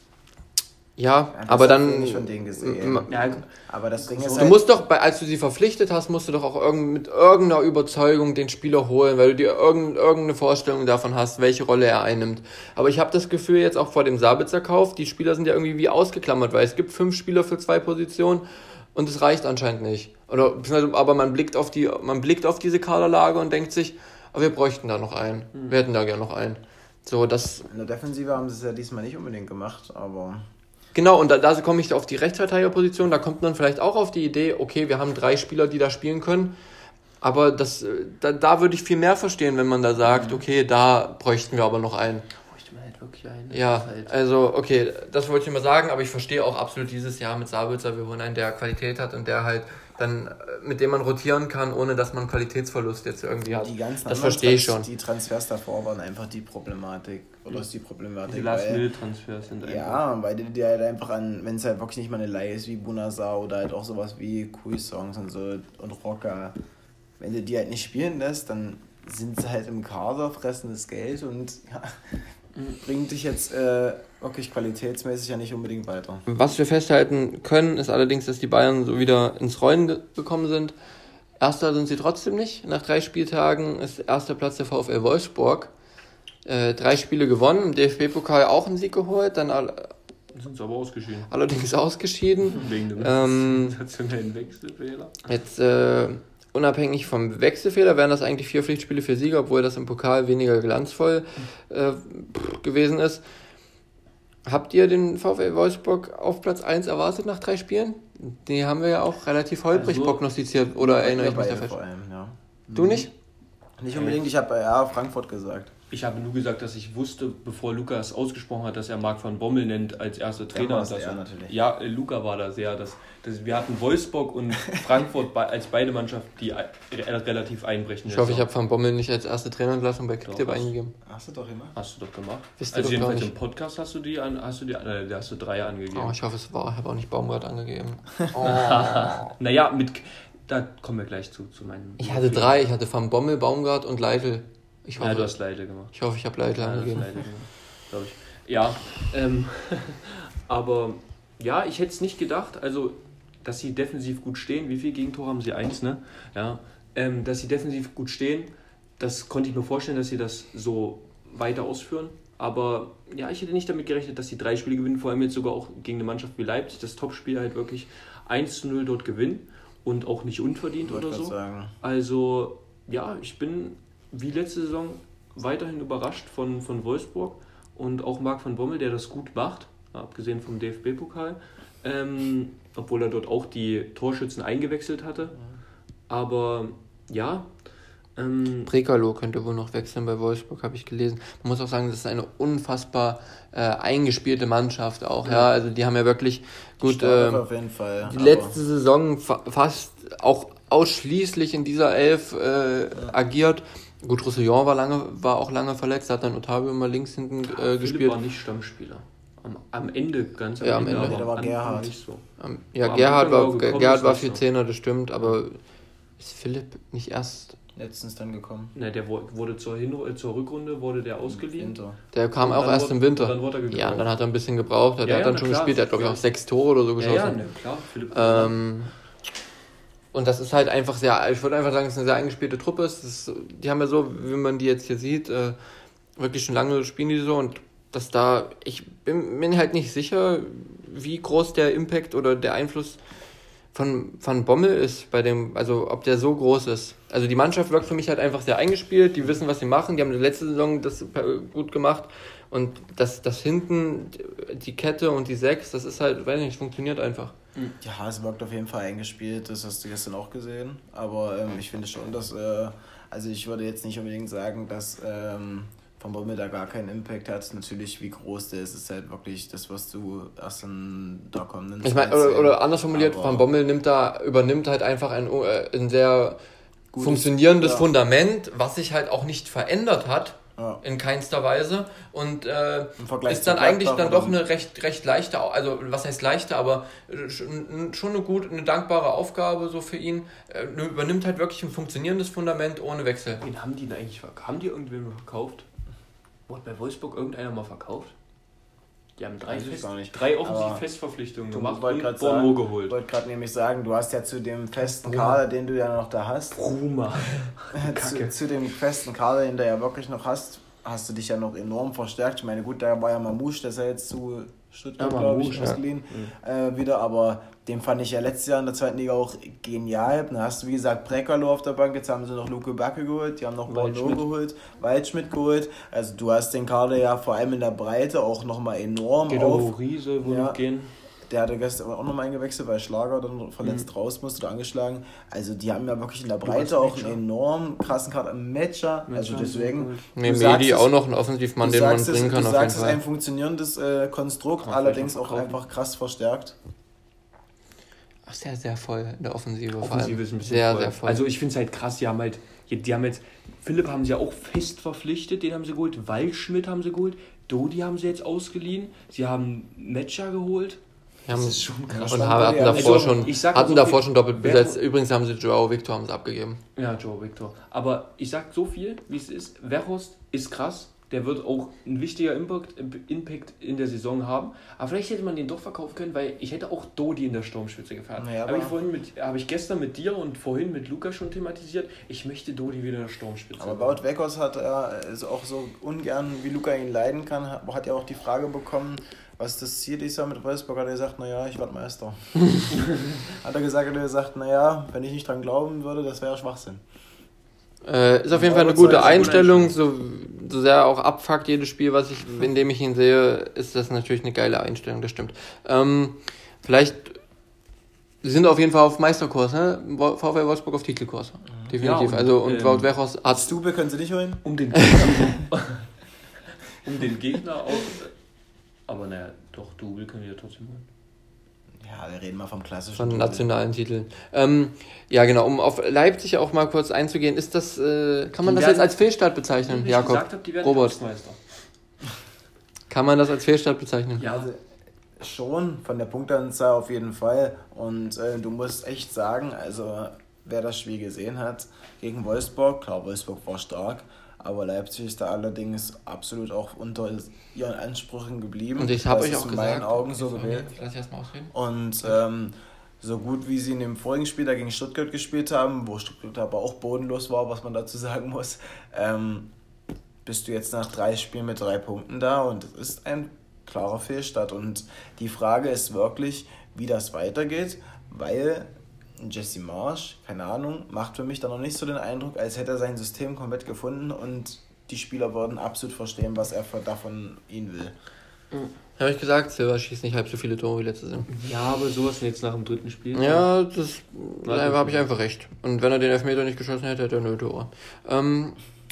ja, ja aber dann... Nicht von denen gesehen. M- ja, aber das Ding ist du halt musst doch, als du sie verpflichtet hast, musst du doch auch irgend, mit irgendeiner Überzeugung den Spieler holen, weil du dir irgend, irgendeine Vorstellung davon hast, welche Rolle er einnimmt. Aber ich habe das Gefühl jetzt auch vor dem Sabitzer-Kauf, die Spieler sind ja irgendwie wie ausgeklammert, weil es gibt fünf Spieler für zwei Positionen, und es reicht anscheinend nicht. Oder, aber man blickt auf die, man blickt auf diese Kaderlage und denkt sich, oh, wir bräuchten da noch einen. Mhm. Wir hätten da gerne noch einen. So, das in der Defensive haben sie es ja diesmal nicht unbedingt gemacht, aber... Genau, und da, da komme ich auf die Rechtsverteidigerposition, da kommt man vielleicht auch auf die Idee, okay, wir haben drei Spieler, die da spielen können, aber das, da, da würde ich viel mehr verstehen, wenn man da sagt, mhm. okay, da bräuchten wir aber noch einen. Wirklich ein. Ja, halt also okay, das wollte ich mal sagen, aber ich verstehe auch absolut dieses Jahr mit Sabitzer, wir wollen einen, der Qualität hat und der halt dann, mit dem man rotieren kann, ohne dass man Qualitätsverlust jetzt irgendwie hat. Die ganzen das verstehe ich schon. Die Transfers davor waren einfach die Problematik, oder ist die Problematik. Die Last-Minute-Transfers sind einfach... Ja, weil die, die halt einfach an, wenn es halt wirklich nicht mal eine Leihe ist wie Bunazar oder halt auch sowas wie Cuisance und so und Rocker, wenn du die halt nicht spielen lässt, dann sind sie halt im Kader, fressen das Geld und ja, bringt dich jetzt äh, wirklich qualitätsmäßig ja nicht unbedingt weiter. Was wir festhalten können, ist allerdings, dass die Bayern so wieder ins Rollen ge- gekommen sind. Erster sind sie trotzdem nicht. Nach drei Spieltagen ist erster Platz der VfL Wolfsburg. Äh, drei Spiele gewonnen, im D F B-Pokal auch einen Sieg geholt, dann all- sind sie aber ausgeschieden. allerdings ausgeschieden. Wegen dem Ähm, sensationellen Wechselfehler. Jetzt äh, unabhängig vom Wechselfehler wären das eigentlich vier Pflichtspiele für Sieger, obwohl das im Pokal weniger glanzvoll äh, gewesen ist. Habt ihr den VfL Wolfsburg auf Platz eins erwartet nach drei Spielen? Die haben wir ja auch relativ holprig Also, prognostiziert, oder erinnere ich mich da Dabei falsch? vor allem, ja. Du nicht? Nicht unbedingt, ich habe ja Frankfurt gesagt. Ich habe nur gesagt, dass ich wusste, bevor Lukas ausgesprochen hat, dass er Marc van Bommel nennt als erster Trainer. war es dass er er, natürlich. Ja, äh, Luca war da sehr. Das, das, wir hatten Wolfsburg und Frankfurt bei, als beide Mannschaften, die äh, relativ einbrechen. Ich hoffe, ich habe Van Bommel nicht als erste Trainerentlassung bei Kicktipp Doch, eingegeben. Hast du doch immer? Hast du doch gemacht. Wisst ihr Also doch gar jedenfalls nicht. im Podcast hast du die, an, hast du die, äh, da hast du drei angegeben. Oh, ich hoffe, es war. Ich habe auch nicht Baumgart angegeben. Oh. Naja, mit, da kommen wir gleich zu, zu meinen... Ich hatte drei. Ich hatte Van Bommel, Baumgart und Leitl. Ich hoffe, Ja, du hast Leite gemacht. ich, hoffe ich habe Leitl Ja, das angegeben. Leite gemacht, glaube ich. Ja, ähm, aber ja, ich hätte es nicht gedacht, also, dass sie defensiv gut stehen. Wie viel Gegentore haben sie? Eins, ne? Ja, ähm, dass sie defensiv gut stehen, das konnte ich mir vorstellen, dass sie das so weiter ausführen. Aber ja, ich hätte nicht damit gerechnet, dass sie drei Spiele gewinnen, vor allem jetzt sogar auch gegen eine Mannschaft wie Leipzig, das Topspiel halt wirklich eins zu null dort gewinnen und auch nicht unverdient Wollte oder grad so. sagen. Also, ja, ich bin wie letzte Saison weiterhin überrascht von, von Wolfsburg und auch Marc van Bommel, der das gut macht, abgesehen vom D F B-Pokal, ähm, obwohl er dort auch die Torschützen eingewechselt hatte. Aber ja, ähm, Brekalo könnte wohl noch wechseln bei Wolfsburg, habe ich gelesen. Man muss auch sagen, das ist eine unfassbar äh, eingespielte Mannschaft auch. Ja. Ja, also die haben ja wirklich gut Stark äh, auf jeden Fall. die aber letzte Saison fa- fast auch ausschließlich in dieser Elf äh, ja. agiert. Gut, Roussillon war lange, war auch lange verletzt, hat dann Otavio mal links hinten äh, Philipp gespielt. war nicht Stammspieler. Am, am Ende, ganz am Ja, am Ende, Ende. aber Da war am Gerhard. Anfang nicht so. Ähm, ja, Am Gerhard Anfang war, war gekommen, Gerhard ist war das für so. Zehner, das stimmt, aber ist Philipp nicht erst... letztens dann gekommen. Ne, der wo- wurde zur, Hinru- zur Rückrunde wurde der ausgeliehen. Winter. Der kam Und auch dann erst wurde- im Winter. und dann wurde er gebraucht. Ja, dann hat er ein bisschen gebraucht, der Ja, hat ja, dann na schon klar, gespielt, der hat glaube ich ja. auch sechs Tore oder so Ja, geschossen. ja, ne, klar. Philipp Ähm, und das ist halt einfach sehr, ich würde einfach sagen, es ist eine sehr eingespielte Truppe. Es ist, die haben ja so, wie man die jetzt hier sieht, äh, wirklich schon lange spielen die so und dass da, ich bin, bin halt nicht sicher, wie groß der Impact oder der Einfluss von Van Bommel ist bei dem, also ob der so groß ist. Also die Mannschaft wirkt für mich halt einfach sehr eingespielt, die wissen, was sie machen, die haben in der letzten Saison das gut gemacht und das, das hinten, die Kette und die Sechs, das ist halt, weiß nicht, funktioniert einfach. Ja, es wirkt auf jeden Fall eingespielt, das hast du gestern auch gesehen. Aber ähm, ich finde schon, dass, äh, also ich würde jetzt nicht unbedingt sagen, dass ähm, Van Bommel da gar keinen Impact hat. Natürlich, wie groß der ist, ist halt wirklich das, was du erst in der kommenden Ich meine, Zeit oder, sehen. oder anders formuliert, Aber Van Bommel nimmt da, übernimmt halt einfach ein, äh, ein sehr Gutes- funktionierendes ja. Fundament, was sich halt auch nicht verändert hat. Ja. In keinster Weise und äh, Im Vergleich ist zu dann eigentlich Gladbach dann doch oder- eine recht recht leichte, Au- also was heißt leichte, aber äh, schon schon eine gut, eine dankbare Aufgabe so für ihn. Äh, übernimmt halt wirklich ein funktionierendes Fundament ohne Wechsel. Wen haben die denn eigentlich verkauft? Haben die irgendwen mal verkauft? Wurde bei Wolfsburg irgendeiner mal verkauft? Die haben drei, Weiß ich Fest, gar nicht. drei Aber Offensiv-Festverpflichtungen Du gemacht wollte und gerade Borno sagen, geholt. wollte gerade nämlich sagen, du hast ja zu dem festen Bruma. Kader, den du ja noch da hast, Bruma. zu, Kacke. zu dem festen Kader, den du ja wirklich noch hast, hast du dich ja noch enorm verstärkt. Ich meine, gut, da war ja Mamouche, das ist ja jetzt zu Stuttgart, Ja, glaube ich, Mamouche, ja. ausgeliehen äh, wieder, aber den fand ich ja letztes Jahr in der zweiten Liga auch genial. Dann hast du, wie gesagt, Brekalo auf der Bank, jetzt haben sie noch Luke Backe geholt, die haben noch Borno Waldschmidt. geholt, Waldschmidt geholt. Also du hast den Kader ja vor allem in der Breite auch nochmal enorm Guido auf. Riese würde Ja. gehen. Der hatte gestern auch nochmal eingewechselt, weil Schlager dann verletzt Mhm. raus musste oder angeschlagen. Also die haben ja wirklich in der Lukas Breite auch Metscher. einen enorm krassen Kader. Matcher, also Matcher deswegen. geholt. Nee, Du sagst Medi es- auch noch ein Offensivmann, Du den man sagst, es, bringen kann du auf jeden sagst es ist ein Fall. funktionierendes äh, Konstrukt, Kann man allerdings vielleicht auch noch verkaufen. einfach krass verstärkt. Ach, sehr, sehr voll in der Offensive. vor Offensive allem. ist ein bisschen sehr, voll. sehr voll. Also ich finde es halt krass, die haben halt, die haben jetzt, Philipp haben sie ja auch fest verpflichtet, den haben sie geholt, Waldschmidt haben sie geholt, Dodi haben sie jetzt ausgeliehen, sie haben Metscher geholt. Die haben, das ist schon krass. und hatten davor also, schon, hatten so davor schon doppelt besetzt. Übrigens haben sie Joao Victor haben sie abgegeben. Ja, Joao Victor. Aber ich sag so viel, wie es ist. Weghorst ist krass. Der wird auch ein wichtiger Impact, Impact in der Saison haben. Aber vielleicht hätte man den doch verkaufen können, weil ich hätte auch Dodi in der Sturmspitze gefeiert. Naja, habe ich, vorhin mit, habe ich gestern mit dir und vorhin mit Luca schon thematisiert. Ich möchte Dodi wieder in der Sturmspitze. Aber Wout Weghorst hat er also auch so ungern, wie Luca ihn leiden kann, hat ja auch die Frage bekommen, was das Ziel ist mit Wolfsburg. Hat er gesagt, naja, ich werde Meister. Hat er gesagt, hat er gesagt, naja, wenn ich nicht dran glauben würde, das wäre Schwachsinn. Äh, ist auf jeden Fall eine gute Einstellung, so, so sehr auch abfuckt jedes Spiel, was ich, in dem ich ihn sehe, ist das natürlich eine geile Einstellung, das stimmt. Ähm, vielleicht, sie sind auf jeden Fall auf Meisterkurs, ne? VfL Wolfsburg auf Titelkurs, mhm. definitiv. Ja, und, also, und ähm, Wout Weghorst hat... Stube können sie nicht holen? Um den Gegner, um den Gegner auch, aber naja, doch, Double können wir ja trotzdem holen. Ja, wir reden mal vom klassischen Von nationalen Titeln. Ähm, ja, genau, um auf Leipzig auch mal kurz einzugehen, ist das, äh, kann man die das jetzt als Fehlstart bezeichnen, wie Jakob? Gesagt hab, die werden Robert. Kann man das als Fehlstart bezeichnen? Ja, also schon, von der Punktanzahl auf jeden Fall. Und äh, du musst echt sagen, also wer das Spiel gesehen hat gegen Wolfsburg, klar, Wolfsburg war stark, aber Leipzig ist da allerdings absolut auch unter ihren Ansprüchen geblieben. Und ich habe euch auch in gesagt, meinen Augen so gewählt. Lass ich erst mal ausreden. Und ähm, so gut wie sie in dem vorigen Spiel da gegen Stuttgart gespielt haben, wo Stuttgart aber auch bodenlos war, was man dazu sagen muss, ähm, bist du jetzt nach drei Spielen mit drei Punkten da und es ist ein klarer Fehlstart. Und die Frage ist wirklich, wie das weitergeht, weil Jesse Marsch, keine Ahnung, macht für mich dann noch nicht so den Eindruck, als hätte er sein System komplett gefunden und die Spieler würden absolut verstehen, was er davon ihnen will. Mhm. Habe ich gesagt, Silva schießt nicht halb so viele Tore wie letzte Saison. Ja, aber sowas jetzt nach dem dritten Spiel. Ja, das da habe ich einfach recht. Und wenn er den Elfmeter nicht geschossen hätte, hätte er null Tore. Ähm,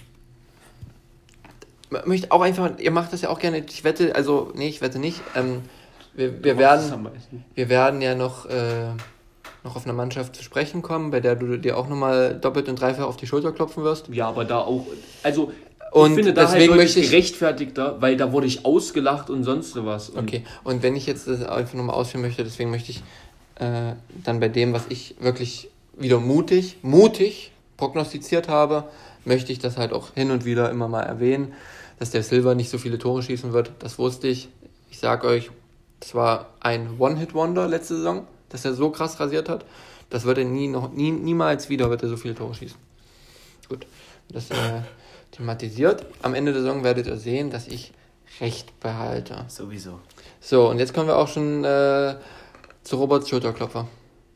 möchte auch einfach, ihr macht das ja auch gerne, ich wette, also, nee, ich wette nicht, ähm, wir, wir werden, wir werden ja noch, äh, noch auf eine Mannschaft zu sprechen kommen, bei der du dir auch nochmal doppelt und dreifach auf die Schulter klopfen wirst. Ja, aber da auch, also und ich finde da deswegen halt möchte ich gerechtfertigter, weil da wurde ich ausgelacht und sonst was. Und okay, und wenn ich jetzt das einfach nochmal ausführen möchte, deswegen möchte ich äh, dann bei dem, was ich wirklich wieder mutig, mutig prognostiziert habe, möchte ich das halt auch hin und wieder immer mal erwähnen, dass der Silva nicht so viele Tore schießen wird. Das wusste ich. Ich sag euch, das war ein One-Hit-Wonder letzte Saison, dass er so krass rasiert hat. Das wird er nie noch nie, niemals wieder wird er so viele Tore schießen. Gut, das äh, thematisiert. Am Ende der Saison werdet ihr sehen, dass ich recht behalte. Sowieso. So, und jetzt kommen wir auch schon äh, zu Roberts Schulterklopfer.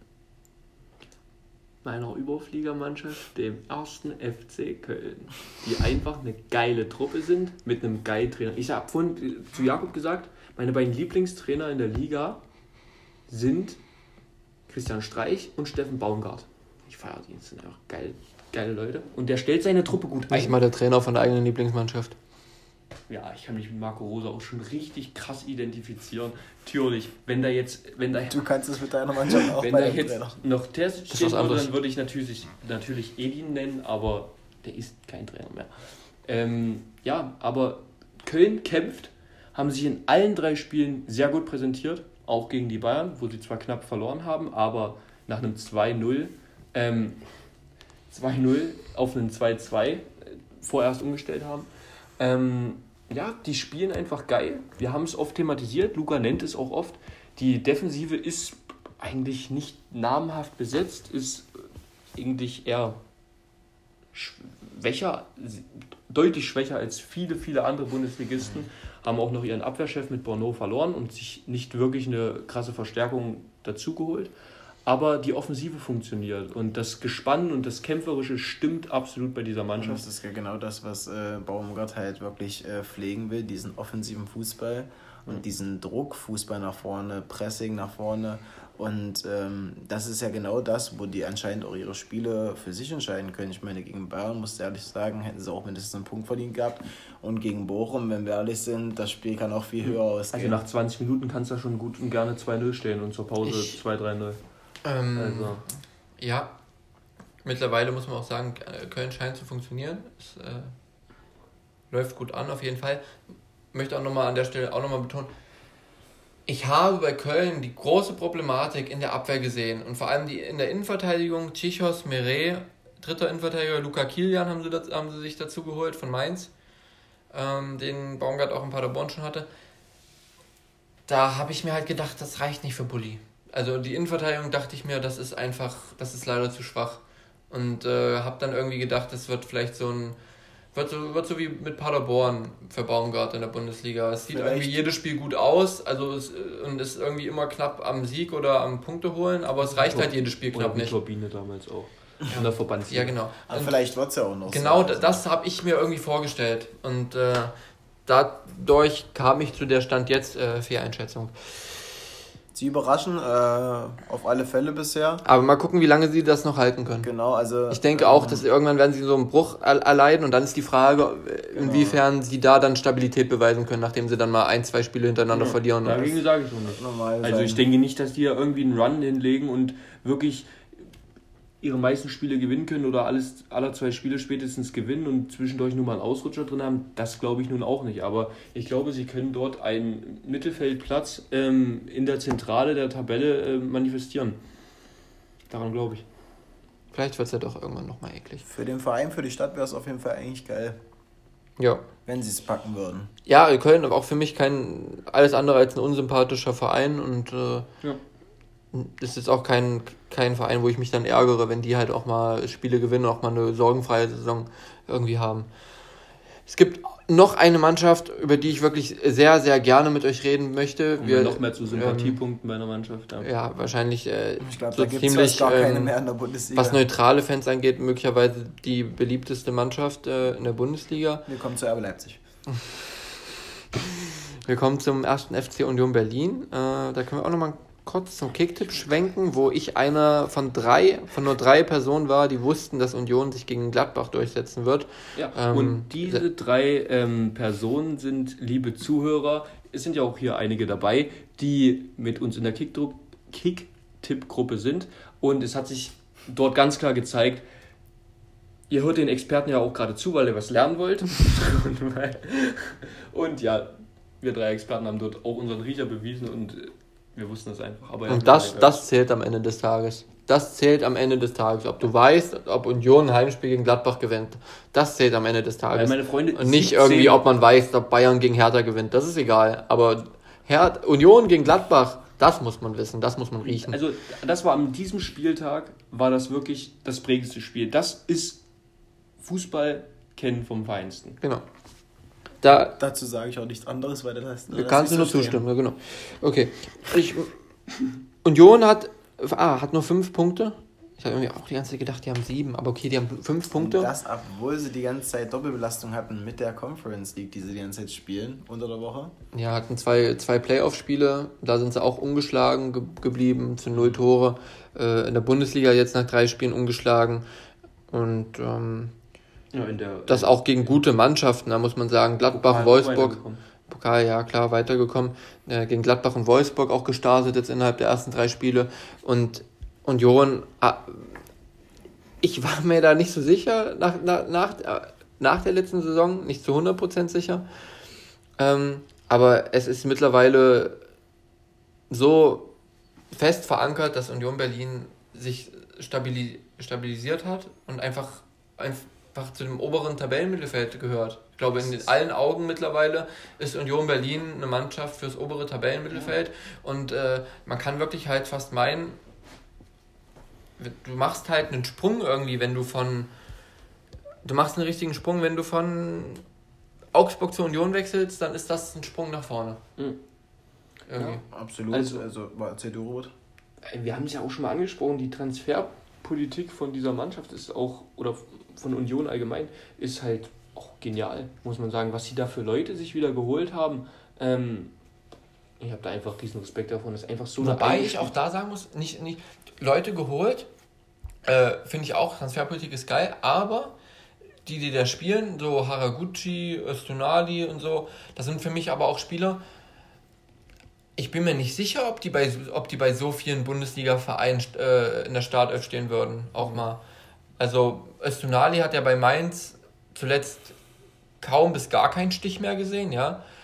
Meiner Überfliegermannschaft, dem ersten F C Köln, die einfach eine geile Truppe sind, mit einem geilen Trainer. Ich habe vorhin zu Jakob gesagt, meine beiden Lieblingstrainer in der Liga sind Christian Streich und Steffen Baumgart. Ich feiere die, das sind einfach geil, geile Leute. Und der stellt seine Truppe gut ein. Nicht mal der Trainer von der eigenen Lieblingsmannschaft. Ja, ich kann mich mit Marco Rose auch schon richtig krass identifizieren. Natürlich, wenn da jetzt... Wenn da, du kannst es mit deiner Mannschaft auch wenn bei da dem jetzt Trainer. noch Terzic stehen würde, dann würde ich natürlich, natürlich Edin nennen, aber der ist kein Trainer mehr. Ähm, ja, aber Köln kämpft, haben sich in allen drei Spielen sehr gut präsentiert, auch gegen die Bayern, wo sie zwar knapp verloren haben, aber nach einem zwei null ähm, zwei null auf einen zwei zwei vorerst umgestellt haben. Ähm, ja, die spielen einfach geil. Wir haben es oft thematisiert, Luca nennt es auch oft. Die Defensive ist eigentlich nicht namhaft besetzt, ist eigentlich eher schwächer, deutlich schwächer als viele, viele andere Bundesligisten. Haben auch noch ihren Abwehrchef mit Borneau verloren und sich nicht wirklich eine krasse Verstärkung dazugeholt. Aber die Offensive funktioniert und das Gespann und das Kämpferische stimmt absolut bei dieser Mannschaft. Und das ist ja genau das, was äh, Baumgart halt wirklich äh, pflegen will, diesen offensiven Fußball und mhm. diesen Druck, Fußball nach vorne, Pressing nach vorne. Und ähm, das ist ja genau das, wo die anscheinend auch ihre Spiele für sich entscheiden können. Ich meine, gegen Bayern, muss ich ehrlich sagen, hätten sie auch mindestens einen Punkt verdient gehabt. Und gegen Bochum, wenn wir ehrlich sind, das Spiel kann auch viel höher ausgehen. Also nach zwanzig Minuten kann es ja schon gut und gerne zwei null stehen und zur Pause zwei drei null. Ähm, also. Ja, mittlerweile muss man auch sagen, Köln scheint zu funktionieren. Es äh, läuft gut an, auf jeden Fall. Ich möchte auch nochmal an der Stelle auch nochmal betonen, ich habe bei Köln die große Problematik in der Abwehr gesehen und vor allem die in der Innenverteidigung Tschichos, Meret, dritter Innenverteidiger Luka Kilian haben sie, das, haben sie sich dazu geholt von Mainz, ähm, den Baumgart auch in Paderborn schon hatte. Da habe ich mir halt gedacht, das reicht nicht für Bulli. Also die Innenverteidigung dachte ich mir, das ist einfach, das ist leider zu schwach. Und äh, habe dann irgendwie gedacht, das wird vielleicht so ein Wird so, wird so wie mit Paderborn für Baumgart in der Bundesliga. Es sieht Vielleicht. irgendwie jedes Spiel gut aus, also es, und ist irgendwie immer knapp am Sieg oder am Punkte holen, aber es reicht Tor, halt jedes Spiel knapp nicht. Turbine damals auch. In der Verbandsliga. Ja, genau. Aber und vielleicht wird es ja auch noch Genau, so. Das habe ich mir irgendwie vorgestellt. Und äh, dadurch kam ich zu der Stand jetzt äh, Fehleinschätzung. Sie überraschen äh, auf alle Fälle bisher. Aber mal gucken, wie lange sie das noch halten können. Genau, also... Ich denke ähm, auch, dass irgendwann werden sie so einen Bruch erleiden und dann ist die Frage, inwiefern genau. sie da dann Stabilität beweisen können, nachdem sie dann mal ein, zwei Spiele hintereinander ja, verlieren. Dagegen sage ich schon nicht. Normal also sein. Ich denke nicht, dass die ja irgendwie einen Run hinlegen und wirklich ihre meisten Spiele gewinnen können oder alles alle zwei Spiele spätestens gewinnen und zwischendurch nur mal einen Ausrutscher drin haben, das glaube ich nun auch nicht. Aber ich glaube, sie können dort einen Mittelfeldplatz ähm, in der Zentrale der Tabelle äh, manifestieren. Daran glaube ich. Vielleicht wird es ja doch irgendwann nochmal eklig. Für den Verein, für die Stadt wäre es auf jeden Fall eigentlich geil. Ja. Wenn sie es packen würden. Ja, Köln auch für mich kein alles andere als ein unsympathischer Verein und äh, ja. Das ist auch kein, kein Verein, wo ich mich dann ärgere, wenn die halt auch mal Spiele gewinnen, auch mal eine sorgenfreie Saison irgendwie haben. Es gibt noch eine Mannschaft, über die ich wirklich sehr, sehr gerne mit euch reden möchte. Wir noch mehr zu Sympathiepunkten ähm, bei einer Mannschaft. Ja, ja wahrscheinlich äh, ich glaube, so da gibt es gar ähm, keine mehr in der Bundesliga. Was neutrale Fans angeht, möglicherweise die beliebteste Mannschaft äh, in der Bundesliga. Wir kommen zu R B Leipzig. Wir kommen zum ersten F C Union Berlin. Äh, da können wir auch nochmal kurz zum Kicktipp schwenken, wo ich einer von drei, von nur drei Personen war, die wussten, dass Union sich gegen Gladbach durchsetzen wird. Ja, ähm, und diese se- drei ähm, Personen sind, liebe Zuhörer, es sind ja auch hier einige dabei, die mit uns in der Kick-Tipp-Gruppe sind und es hat sich dort ganz klar gezeigt, ihr hört den Experten ja auch gerade zu, weil ihr was lernen wollt. Und ja, wir drei Experten haben dort auch unseren Riecher bewiesen und wir wussten das einfach. Aber und das, das zählt am Ende des Tages. Das zählt am Ende des Tages. Ob du weißt, ob Union ein Heimspiel gegen Gladbach gewinnt. Das zählt am Ende des Tages. Weil meine Freunde und nicht irgendwie, ob man weiß, ob Bayern gegen Hertha gewinnt. Das ist egal. Aber Her- Union gegen Gladbach, das muss man wissen. Das muss man riechen. Also das war an diesem Spieltag, war das wirklich das prägendste Spiel. Das ist Fußball kennen vom Feinsten. Genau. Da, Dazu sage ich auch nichts anderes, weil das Du kannst du nur so zustimmen, ja, genau. Okay. Ich, Union hat, ah, hat nur fünf Punkte. Ich habe irgendwie auch die ganze Zeit gedacht, die haben sieben, aber okay, die haben fünf Punkte. Und das, obwohl sie die ganze Zeit Doppelbelastung hatten mit der Conference League, die sie die ganze Zeit spielen, unter der Woche. Ja, hatten zwei, zwei Playoff-Spiele, da sind sie auch ungeschlagen ge- geblieben, zu null Tore. Äh, in der Bundesliga jetzt nach drei Spielen ungeschlagen. Und ähm, ja, in der, das auch gegen gute Mannschaften, da muss man sagen, Gladbach, Pokal, Wolfsburg, Pokal, ja klar, weitergekommen, äh, gegen Gladbach und Wolfsburg auch gestartet jetzt innerhalb der ersten drei Spiele und Union, ah, ich war mir da nicht so sicher, nach, nach, nach, nach der letzten Saison, nicht zu hundert Prozent sicher, ähm, aber es ist mittlerweile so fest verankert, dass Union Berlin sich stabili- stabilisiert hat und einfach, einfach zu dem oberen Tabellenmittelfeld gehört. Ich glaube, in allen Augen mittlerweile ist Union Berlin eine Mannschaft fürs obere Tabellenmittelfeld und äh, man kann wirklich halt fast meinen, du machst halt einen Sprung irgendwie, wenn du von du machst einen richtigen Sprung, wenn du von Augsburg zur Union wechselst, dann ist das ein Sprung nach vorne. Mhm. Ja, absolut. Also, also erzähl du, Robert. Wir haben es ja auch schon mal angesprochen, die Transferpolitik von dieser Mannschaft ist auch, oder von Union allgemein, ist halt auch genial, muss man sagen, was sie da für Leute sich wieder geholt haben. Ähm, ich habe da einfach riesen Respekt davon, das ist einfach so... Wobei ich auch da sagen muss, nicht, nicht Leute geholt, äh, finde ich auch, Transferpolitik ist geil, aber die, die da spielen, so Haraguchi, Östunali und so, das sind für mich aber auch Spieler, ich bin mir nicht sicher, ob die bei, ob die bei so vielen Bundesliga-Vereinen äh, in der Startelf stehen würden, auch mal. Also Östunali hat ja bei Mainz zuletzt kaum bis gar keinen Stich mehr gesehen, ja.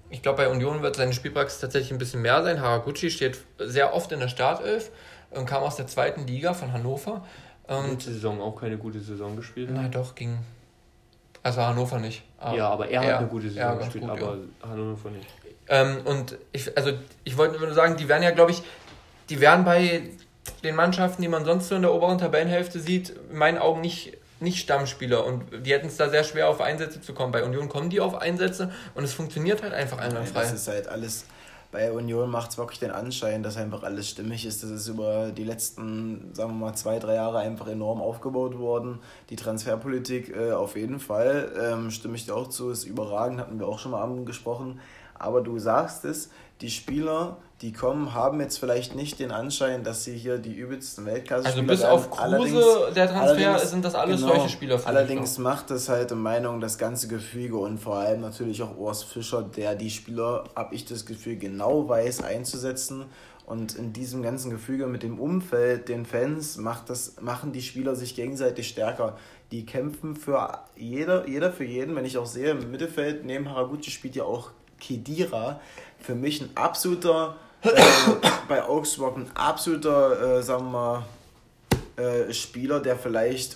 ich glaube, bei Union wird seine Spielpraxis tatsächlich ein bisschen mehr sein. Haraguchi steht sehr oft in der Startelf und kam aus der zweiten Liga von Hannover. Und letzte Saison auch keine gute Saison gespielt. Na doch, ging. Also Hannover nicht. Aber ja, aber er hat er, eine gute Saison gespielt, gut, aber ja. Hannover nicht. Ähm, und ich, also ich wollte nur sagen, die werden ja, glaube ich, die werden bei den Mannschaften, die man sonst so in der oberen Tabellenhälfte sieht, in meinen Augen nicht, nicht Stammspieler. Und die hätten es da sehr schwer auf Einsätze zu kommen. Bei Union kommen die auf Einsätze und es funktioniert halt einfach einwandfrei. Das ist halt alles... Bei Union macht es wirklich den Anschein, dass einfach alles stimmig ist. Das ist über die letzten, sagen wir mal, zwei, drei Jahre einfach enorm aufgebaut worden. Die Transferpolitik äh, auf jeden Fall, ähm, stimme ich dir auch zu, ist überragend, hatten wir auch schon mal angesprochen. Aber du sagst es, die Spieler, die kommen, haben jetzt vielleicht nicht den Anschein, dass sie hier die übelsten Weltklasse-Spieler Also bis auf Kruse, der Transfer, sind das alles genau, solche Spieler. Allerdings macht das halt in Meinung das ganze Gefüge und vor allem natürlich auch Urs Fischer, der die Spieler, habe ich das Gefühl, genau weiß einzusetzen. Und in diesem ganzen Gefüge mit dem Umfeld, den Fans, macht das, machen die Spieler sich gegenseitig stärker. Die kämpfen für jeder, jeder für jeden. Wenn ich auch sehe, im Mittelfeld neben Haraguchi spielt ja auch Khedira, für mich ein absoluter, äh, bei Augsburg ein absoluter, äh, sagen wir mal, äh, Spieler, der vielleicht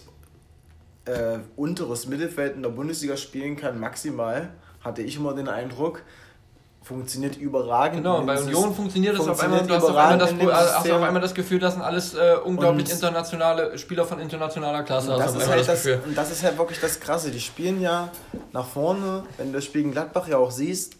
äh, unteres Mittelfeld in der Bundesliga spielen kann, maximal, hatte ich immer den Eindruck. Funktioniert überragend. Genau, und bei Union funktioniert das auf einmal, du hast auf einmal, das, hast auf einmal das Gefühl, das sind alles äh, unglaublich und internationale Spieler von internationaler Klasse. Und das, ist halt das, das, und das ist halt wirklich das Krasse. Die spielen ja nach vorne, wenn du das Spiel in Gladbach ja auch siehst,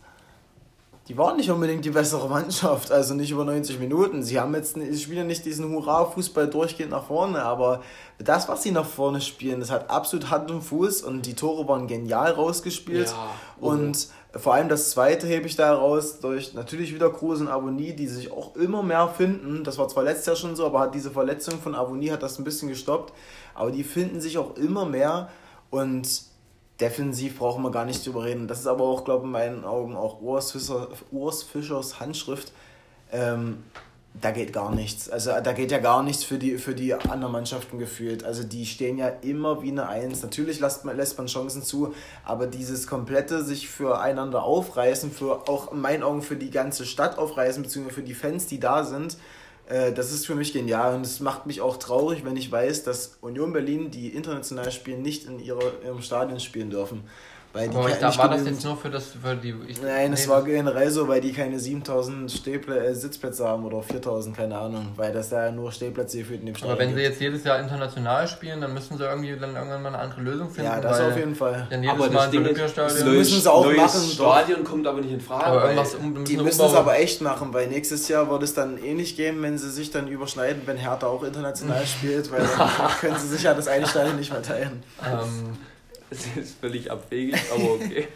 die waren nicht unbedingt die bessere Mannschaft, also nicht über neunzig Minuten. Sie haben jetzt, sie spielen nicht diesen Hurra-Fußball durchgehend nach vorne, aber das, was sie nach vorne spielen, das hat absolut Hand und Fuß und die Tore waren genial rausgespielt. Ja, und vor allem das zweite hebe ich da heraus, durch natürlich wieder Kruse und Avonie, die sich auch immer mehr finden. Das war zwar letztes Jahr schon so, aber hat diese Verletzung von Avonie hat das ein bisschen gestoppt. Aber die finden sich auch immer mehr und defensiv brauchen wir gar nicht drüber reden. Das ist aber auch, glaube ich, in meinen Augen auch Urs, Fischer, Urs Fischers Handschrift. Ähm, da geht gar nichts. Also da geht ja gar nichts für die, für die anderen Mannschaften gefühlt. Also die stehen ja immer wie eine Eins. Natürlich lässt man, lässt man Chancen zu, aber dieses komplette sich füreinander aufreißen, für auch in meinen Augen für die ganze Stadt aufreißen, beziehungsweise für die Fans, die da sind, äh, das ist für mich genial. Und es macht mich auch traurig, wenn ich weiß, dass Union Berlin, die international spielen, nicht in ihre, ihrem Stadion spielen dürfen. Weil die aber ich, da war das jetzt nur für das für die ich, Nein, es nee, war generell so, weil die keine siebentausend Stehplä- äh, Sitzplätze haben oder viertausend, keine Ahnung, weil das ja nur Stehplätze gefühlt in dem Stadion Aber wenn gibt. sie jetzt jedes Jahr international spielen, dann müssen sie irgendwie dann irgendwann mal eine andere Lösung finden. Ja, das auf jeden Fall. Dann jedes aber Mal ins Olympiastadion. Die müssen es auch neues machen. Stadion kommt aber nicht in Frage. Aber irgendwas, um, die müssen es aber echt machen, weil nächstes Jahr wird es dann eh nicht geben, wenn sie sich dann überschneiden, wenn Hertha auch international spielt, weil dann können sie sich ja das eine Stadion nicht mehr teilen. Ähm, das ist völlig abwegig, aber okay.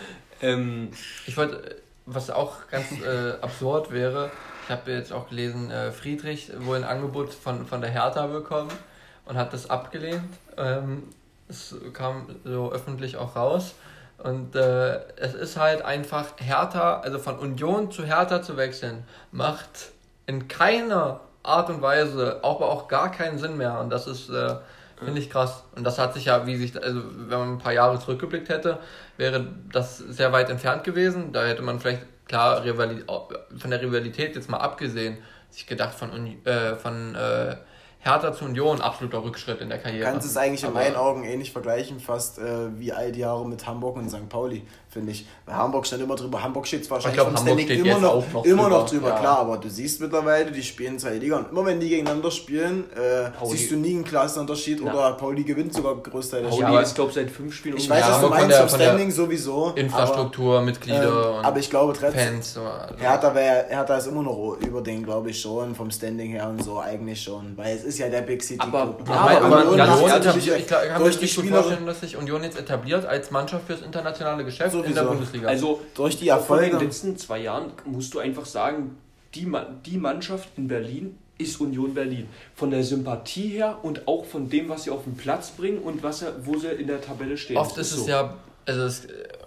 Ähm, ich wollte, was auch ganz äh, absurd wäre, ich habe jetzt auch gelesen, äh, Friedrich wohl ein Angebot von, von der Hertha bekommen und hat das abgelehnt. Ähm, es kam so öffentlich auch raus. Und äh, es ist halt einfach Hertha, also von Union zu Hertha zu wechseln, macht in keiner Art und Weise, aber auch gar keinen Sinn mehr. Und das ist... Äh, Finde ich krass. Und das hat sich ja, wie sich, also wenn man ein paar Jahre zurückgeblickt hätte, wäre das sehr weit entfernt gewesen. Da hätte man vielleicht, klar, Rivali- von der Rivalität jetzt mal abgesehen, sich gedacht von, äh, von äh, Hertha zu Union, absoluter Rückschritt in der Karriere. Kannst es eigentlich in meinen Augen ähnlich vergleichen, fast äh, wie all die Jahre mit Hamburg und Sankt Pauli, finde ich. Bei Hamburg stand immer drüber, Hamburg steht zwar wahrscheinlich vom Standing immer noch, noch immer noch drüber, ja. Klar, aber du siehst mittlerweile, die spielen zweite Liga und immer wenn die gegeneinander spielen, äh, siehst du nie einen Klassenunterschied ja. Oder Pauli gewinnt sogar größtenteils. Pauli ja, ist, glaube ich, seit fünf Spielen. Ich weiß, ja, was du meinst vom Standing sowieso. Infrastruktur, aber, Mitglieder ähm, und aber ich glaube trotzdem, Fans. So, also. Hertha, wär, Hertha ist immer noch über den, glaube ich schon, vom Standing her und so eigentlich schon, weil es ist ja der Big City. Aber, ja, aber, aber aber ganz ehrlich, ich kann mir nicht gut vorstellen, dass sich Union jetzt etabliert als Mannschaft fürs internationale Geschäft sowieso in der Bundesliga. Also durch die Erfolge in den letzten zwei Jahren musst du einfach sagen, die, die Mannschaft in Berlin ist Union Berlin. Von der Sympathie her und auch von dem, was sie auf den Platz bringen und was wo sie in der Tabelle stehen. Oft ist, ist es so. ja, also es,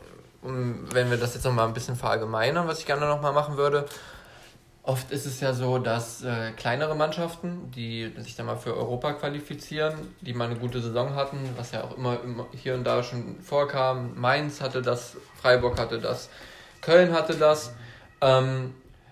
wenn wir das jetzt nochmal ein bisschen verallgemeinern, was ich gerne nochmal machen würde, oft ist es ja so, dass äh, kleinere Mannschaften, die sich dann mal für Europa qualifizieren, die mal eine gute Saison hatten, was ja auch immer, immer hier und da schon vorkam, Mainz hatte das, Freiburg hatte das, Köln hatte das. Ähm,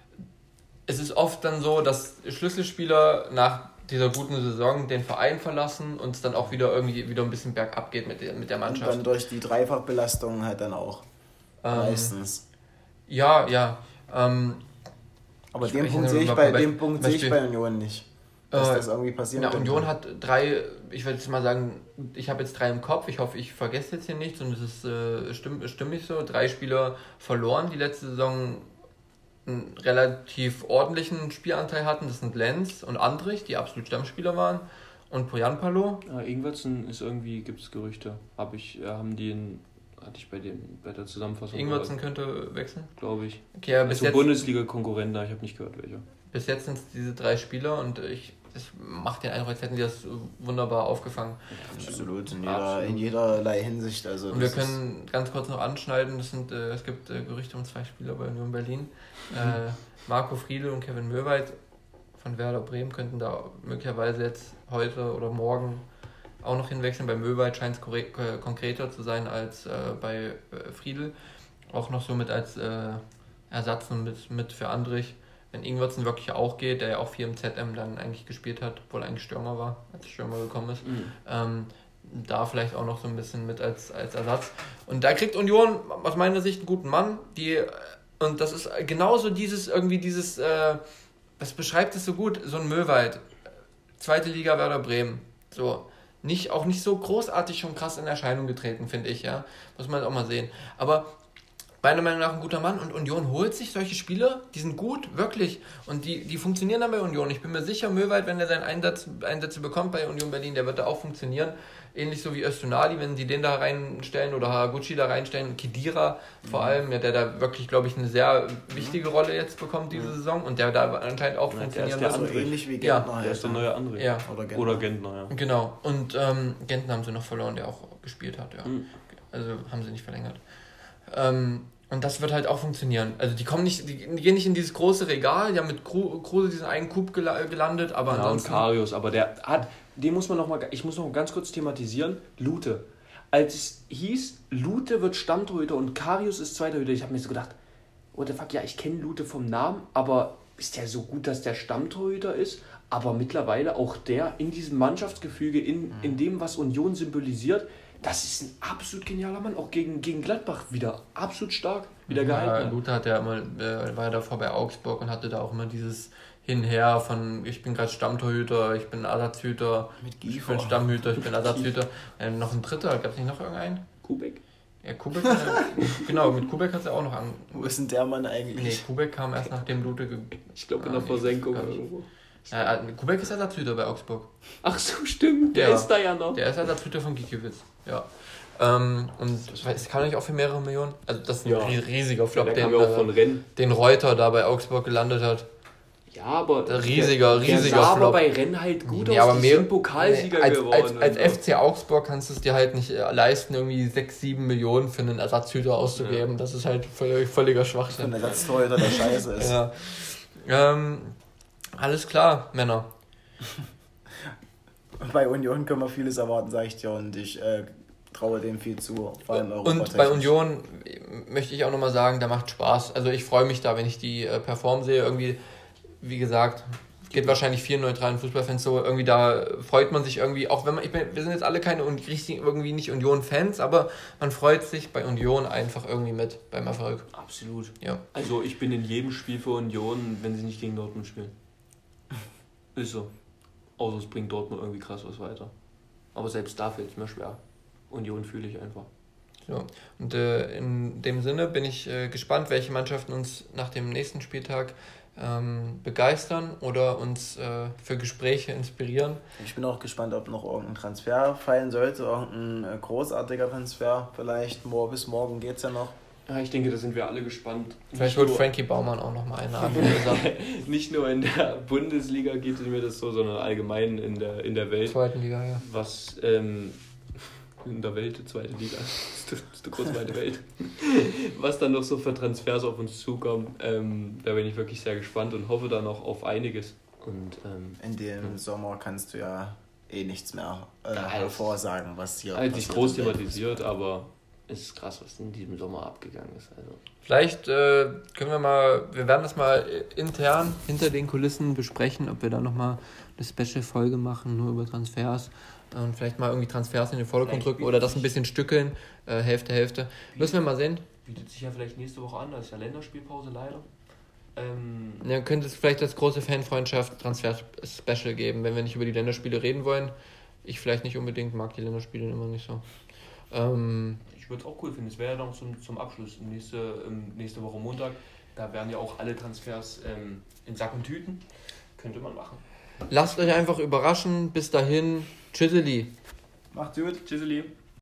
es ist oft dann so, dass Schlüsselspieler nach dieser guten Saison den Verein verlassen und es dann auch wieder irgendwie wieder ein bisschen bergab geht mit der, mit der Mannschaft. Und dann durch die Dreifachbelastung halt dann auch. Ähm, meistens. Ja, ja. Ähm, Aber den Punkt sehe ich bei, dem Punkt sehe ich bei Union nicht. Dass äh, das irgendwie passieren ja, Union hat drei, ich würde jetzt mal sagen, ich habe jetzt drei im Kopf, ich hoffe, ich vergesse jetzt hier nichts und es ist äh, stimm, stimmig so. Drei Spieler verloren, die letzte Saison einen relativ ordentlichen Spielanteil hatten. Das sind Lenz und Andrich, die absolut Stammspieler waren, und Poyanpalo. Ja, Ingwertsen ist irgendwie, gibt es Gerüchte. Hab ich, äh, haben die in, hatte ich bei dem bei der Zusammenfassung. Ingwertsen könnte wechseln? Glaube ich. Okay, ja, bis also jetzt Bundesliga-Konkurrent, ich habe nicht gehört, welcher. Bis jetzt sind es diese drei Spieler und ich, das macht den Eindruck, als hätten die das wunderbar aufgefangen. Ja, absolut, in, jeder, absolut. in jederlei Hinsicht. Also und wir können ganz kurz noch anschneiden, das sind, äh, es gibt äh, Gerüchte um zwei Spieler bei Union Berlin. Äh, Marco Friedl und Kevin Möwald von Werder Bremen könnten da möglicherweise jetzt heute oder morgen auch noch hinwechseln. Bei Möwald scheint es korrekt, äh, konkreter zu sein als äh, bei äh, Friedl. Auch noch so mit als äh, Ersatz und mit, mit für Andrich. Wenn Ingwertsen wirklich auch geht, der ja auch viel im Z M dann eigentlich gespielt hat, obwohl er eigentlich Stürmer war, als Stürmer gekommen ist, mhm. ähm, da vielleicht auch noch so ein bisschen mit als, als Ersatz. Und da kriegt Union aus meiner Sicht einen guten Mann, die, und das ist genauso dieses, irgendwie dieses, äh, das beschreibt es so gut, so ein Möwald, zweite Liga Werder Bremen, so, nicht, auch nicht so großartig schon krass in Erscheinung getreten, finde ich, ja, muss man auch mal sehen, aber meiner Meinung nach ein guter Mann und Union holt sich solche Spieler, die sind gut, wirklich. Und die, die funktionieren dann bei Union. Ich bin mir sicher, Möwald, wenn er seinen Einsatz, Einsätze bekommt bei Union Berlin, der wird da auch funktionieren. Ähnlich so wie Öztunali, wenn sie den da reinstellen oder Haraguchi da reinstellen. Kedira vor mhm. allem, ja, der da wirklich, glaube ich, eine sehr wichtige Rolle jetzt bekommt diese mhm. Saison und der da anscheinend auch ja, funktionieren wird. Der ist so ähnlich wie Gentner. Ja, der ist der neue André. Ja. Oder Gentner. Oder Gentner, ja. Genau. Und ähm, Gentner haben sie noch verloren, der auch gespielt hat. Ja. Mhm. Also haben sie nicht verlängert. Ähm, Und das wird halt auch funktionieren. Also die kommen nicht, die gehen nicht in dieses große Regal, die haben mit Kruse diesen einen Coup gelandet, aber ja, ansonsten... und Karius, aber der hat, den muss man noch mal, ich muss noch ganz kurz thematisieren, Lute. Als es hieß, Lute wird Stammtorhüter und Karius ist zweiter Hüter, ich habe mir so gedacht, what the fuck, ja, ich kenne Lute vom Namen, aber ist der so gut, dass der Stammtorhüter ist? Aber mittlerweile auch der in diesem Mannschaftsgefüge, in, mhm. in dem, was Union symbolisiert, das ist ein absolut genialer Mann, auch gegen, gegen Gladbach wieder absolut stark, wieder gehalten. Ja, Luther hat ja immer, äh, war ja davor bei Augsburg und hatte da auch immer dieses Hinher von, ich bin gerade Stammtorhüter, ich bin Ersatzhüter, ich bin Stammhüter, ich bin Ersatzhüter. Äh, noch ein dritter, gab es nicht noch irgendeinen? Kubek? Ja, Kubek, äh, genau, mit Kubek hat es ja auch noch an. Wo ist denn der Mann eigentlich? Nee, Kubek kam erst nachdem Lute... Ge- ich glaube in der Versenkung irgendwo. Ja, Kubek ist Ersatzhüter bei Augsburg. Ach so, stimmt, der ja, ist da ja noch. Der ist Ersatzhüter von Gikiewicz, ja. Ähm, und es kann nicht auch für mehrere Millionen. Also das ist ein ja. riesiger Flop, ja, den, auch von Rennes. den Reuter da bei Augsburg gelandet hat. Ja, aber der riesiger, der, riesiger der sah Flop. Aber bei Rennes halt gut ja, aus, aber die mehr, sind Pokalsieger nee, als, geworden. Als, als F C Augsburg kannst du es dir halt nicht leisten, irgendwie sechs, sieben Millionen für einen Ersatzhüter auszugeben. Ja. Das ist halt völlig, völliger Schwachsinn. Für einen Ersatztorhüter, der scheiße ist. Ja. Ähm, alles klar, Männer. Bei Union können wir vieles erwarten, sage ich dir, und ich äh, traue dem viel zu, vor allem Und bei Union möchte ich auch nochmal sagen, da macht Spaß. Also ich freue mich da, wenn ich die äh, performen sehe. Irgendwie, wie gesagt, geht wahrscheinlich vielen neutralen Fußballfans so, irgendwie da freut man sich irgendwie, auch wenn man, ich bin, wir sind jetzt alle keine und richtig irgendwie nicht Union-Fans, aber man freut sich bei Union einfach irgendwie mit beim Erfolg. Absolut. Ja. Also ich bin in jedem Spiel für Union, wenn sie nicht gegen Dortmund spielen. Ist so. Außer es bringt Dortmund irgendwie krass was weiter. Aber selbst da fällt es mir schwer. Union fühle ich einfach. So. Und äh, in dem Sinne bin ich äh, gespannt, welche Mannschaften uns nach dem nächsten Spieltag ähm, begeistern oder uns äh, für Gespräche inspirieren. Ich bin auch gespannt, ob noch irgendein Transfer fallen sollte, irgendein äh, großartiger Transfer. Vielleicht morgen, bis morgen geht es ja noch. Ja, ich denke, da sind wir alle gespannt. Vielleicht holt Frankie Baumann auch noch mal eine andere Sache. Nicht nur in der Bundesliga geht es mir das so, sondern allgemein in der, in der Welt. Zweiten Liga, ja. Was ähm, in der Welt, zweite Liga, das ist die große weite Welt. Was dann noch so für Transfers auf uns zukommen, ähm, da bin ich wirklich sehr gespannt und hoffe dann noch auf einiges. Und ähm, in dem ja. Sommer kannst du ja eh nichts mehr äh, hervorsagen, was hier passiert. Nicht groß thematisiert, aber es ist krass, was in diesem Sommer abgegangen ist. Also. Vielleicht äh, können wir mal, wir werden das mal intern hinter den Kulissen besprechen, ob wir da nochmal eine Special-Folge machen, nur über Transfers. Und vielleicht mal irgendwie Transfers in den Vordergrund drücken oder das ein bisschen stückeln, äh, Hälfte, Hälfte. Müssen wir mal sehen. Bietet sich ja vielleicht nächste Woche an, da ist ja Länderspielpause leider. Ähm, ja, könnte es vielleicht als große Fanfreundschaft Transfer-Special geben, wenn wir nicht über die Länderspiele reden wollen. Ich vielleicht nicht unbedingt, mag die Länderspiele immer nicht so. Ähm, ich würde es auch cool finden, es wäre ja dann zum, zum Abschluss, nächste, ähm, nächste Woche Montag, da werden ja auch alle Transfers ähm, in Sack und Tüten, könnte man machen. Lasst euch einfach überraschen, bis dahin, tschüsseli. Macht's gut. Tschüsseli.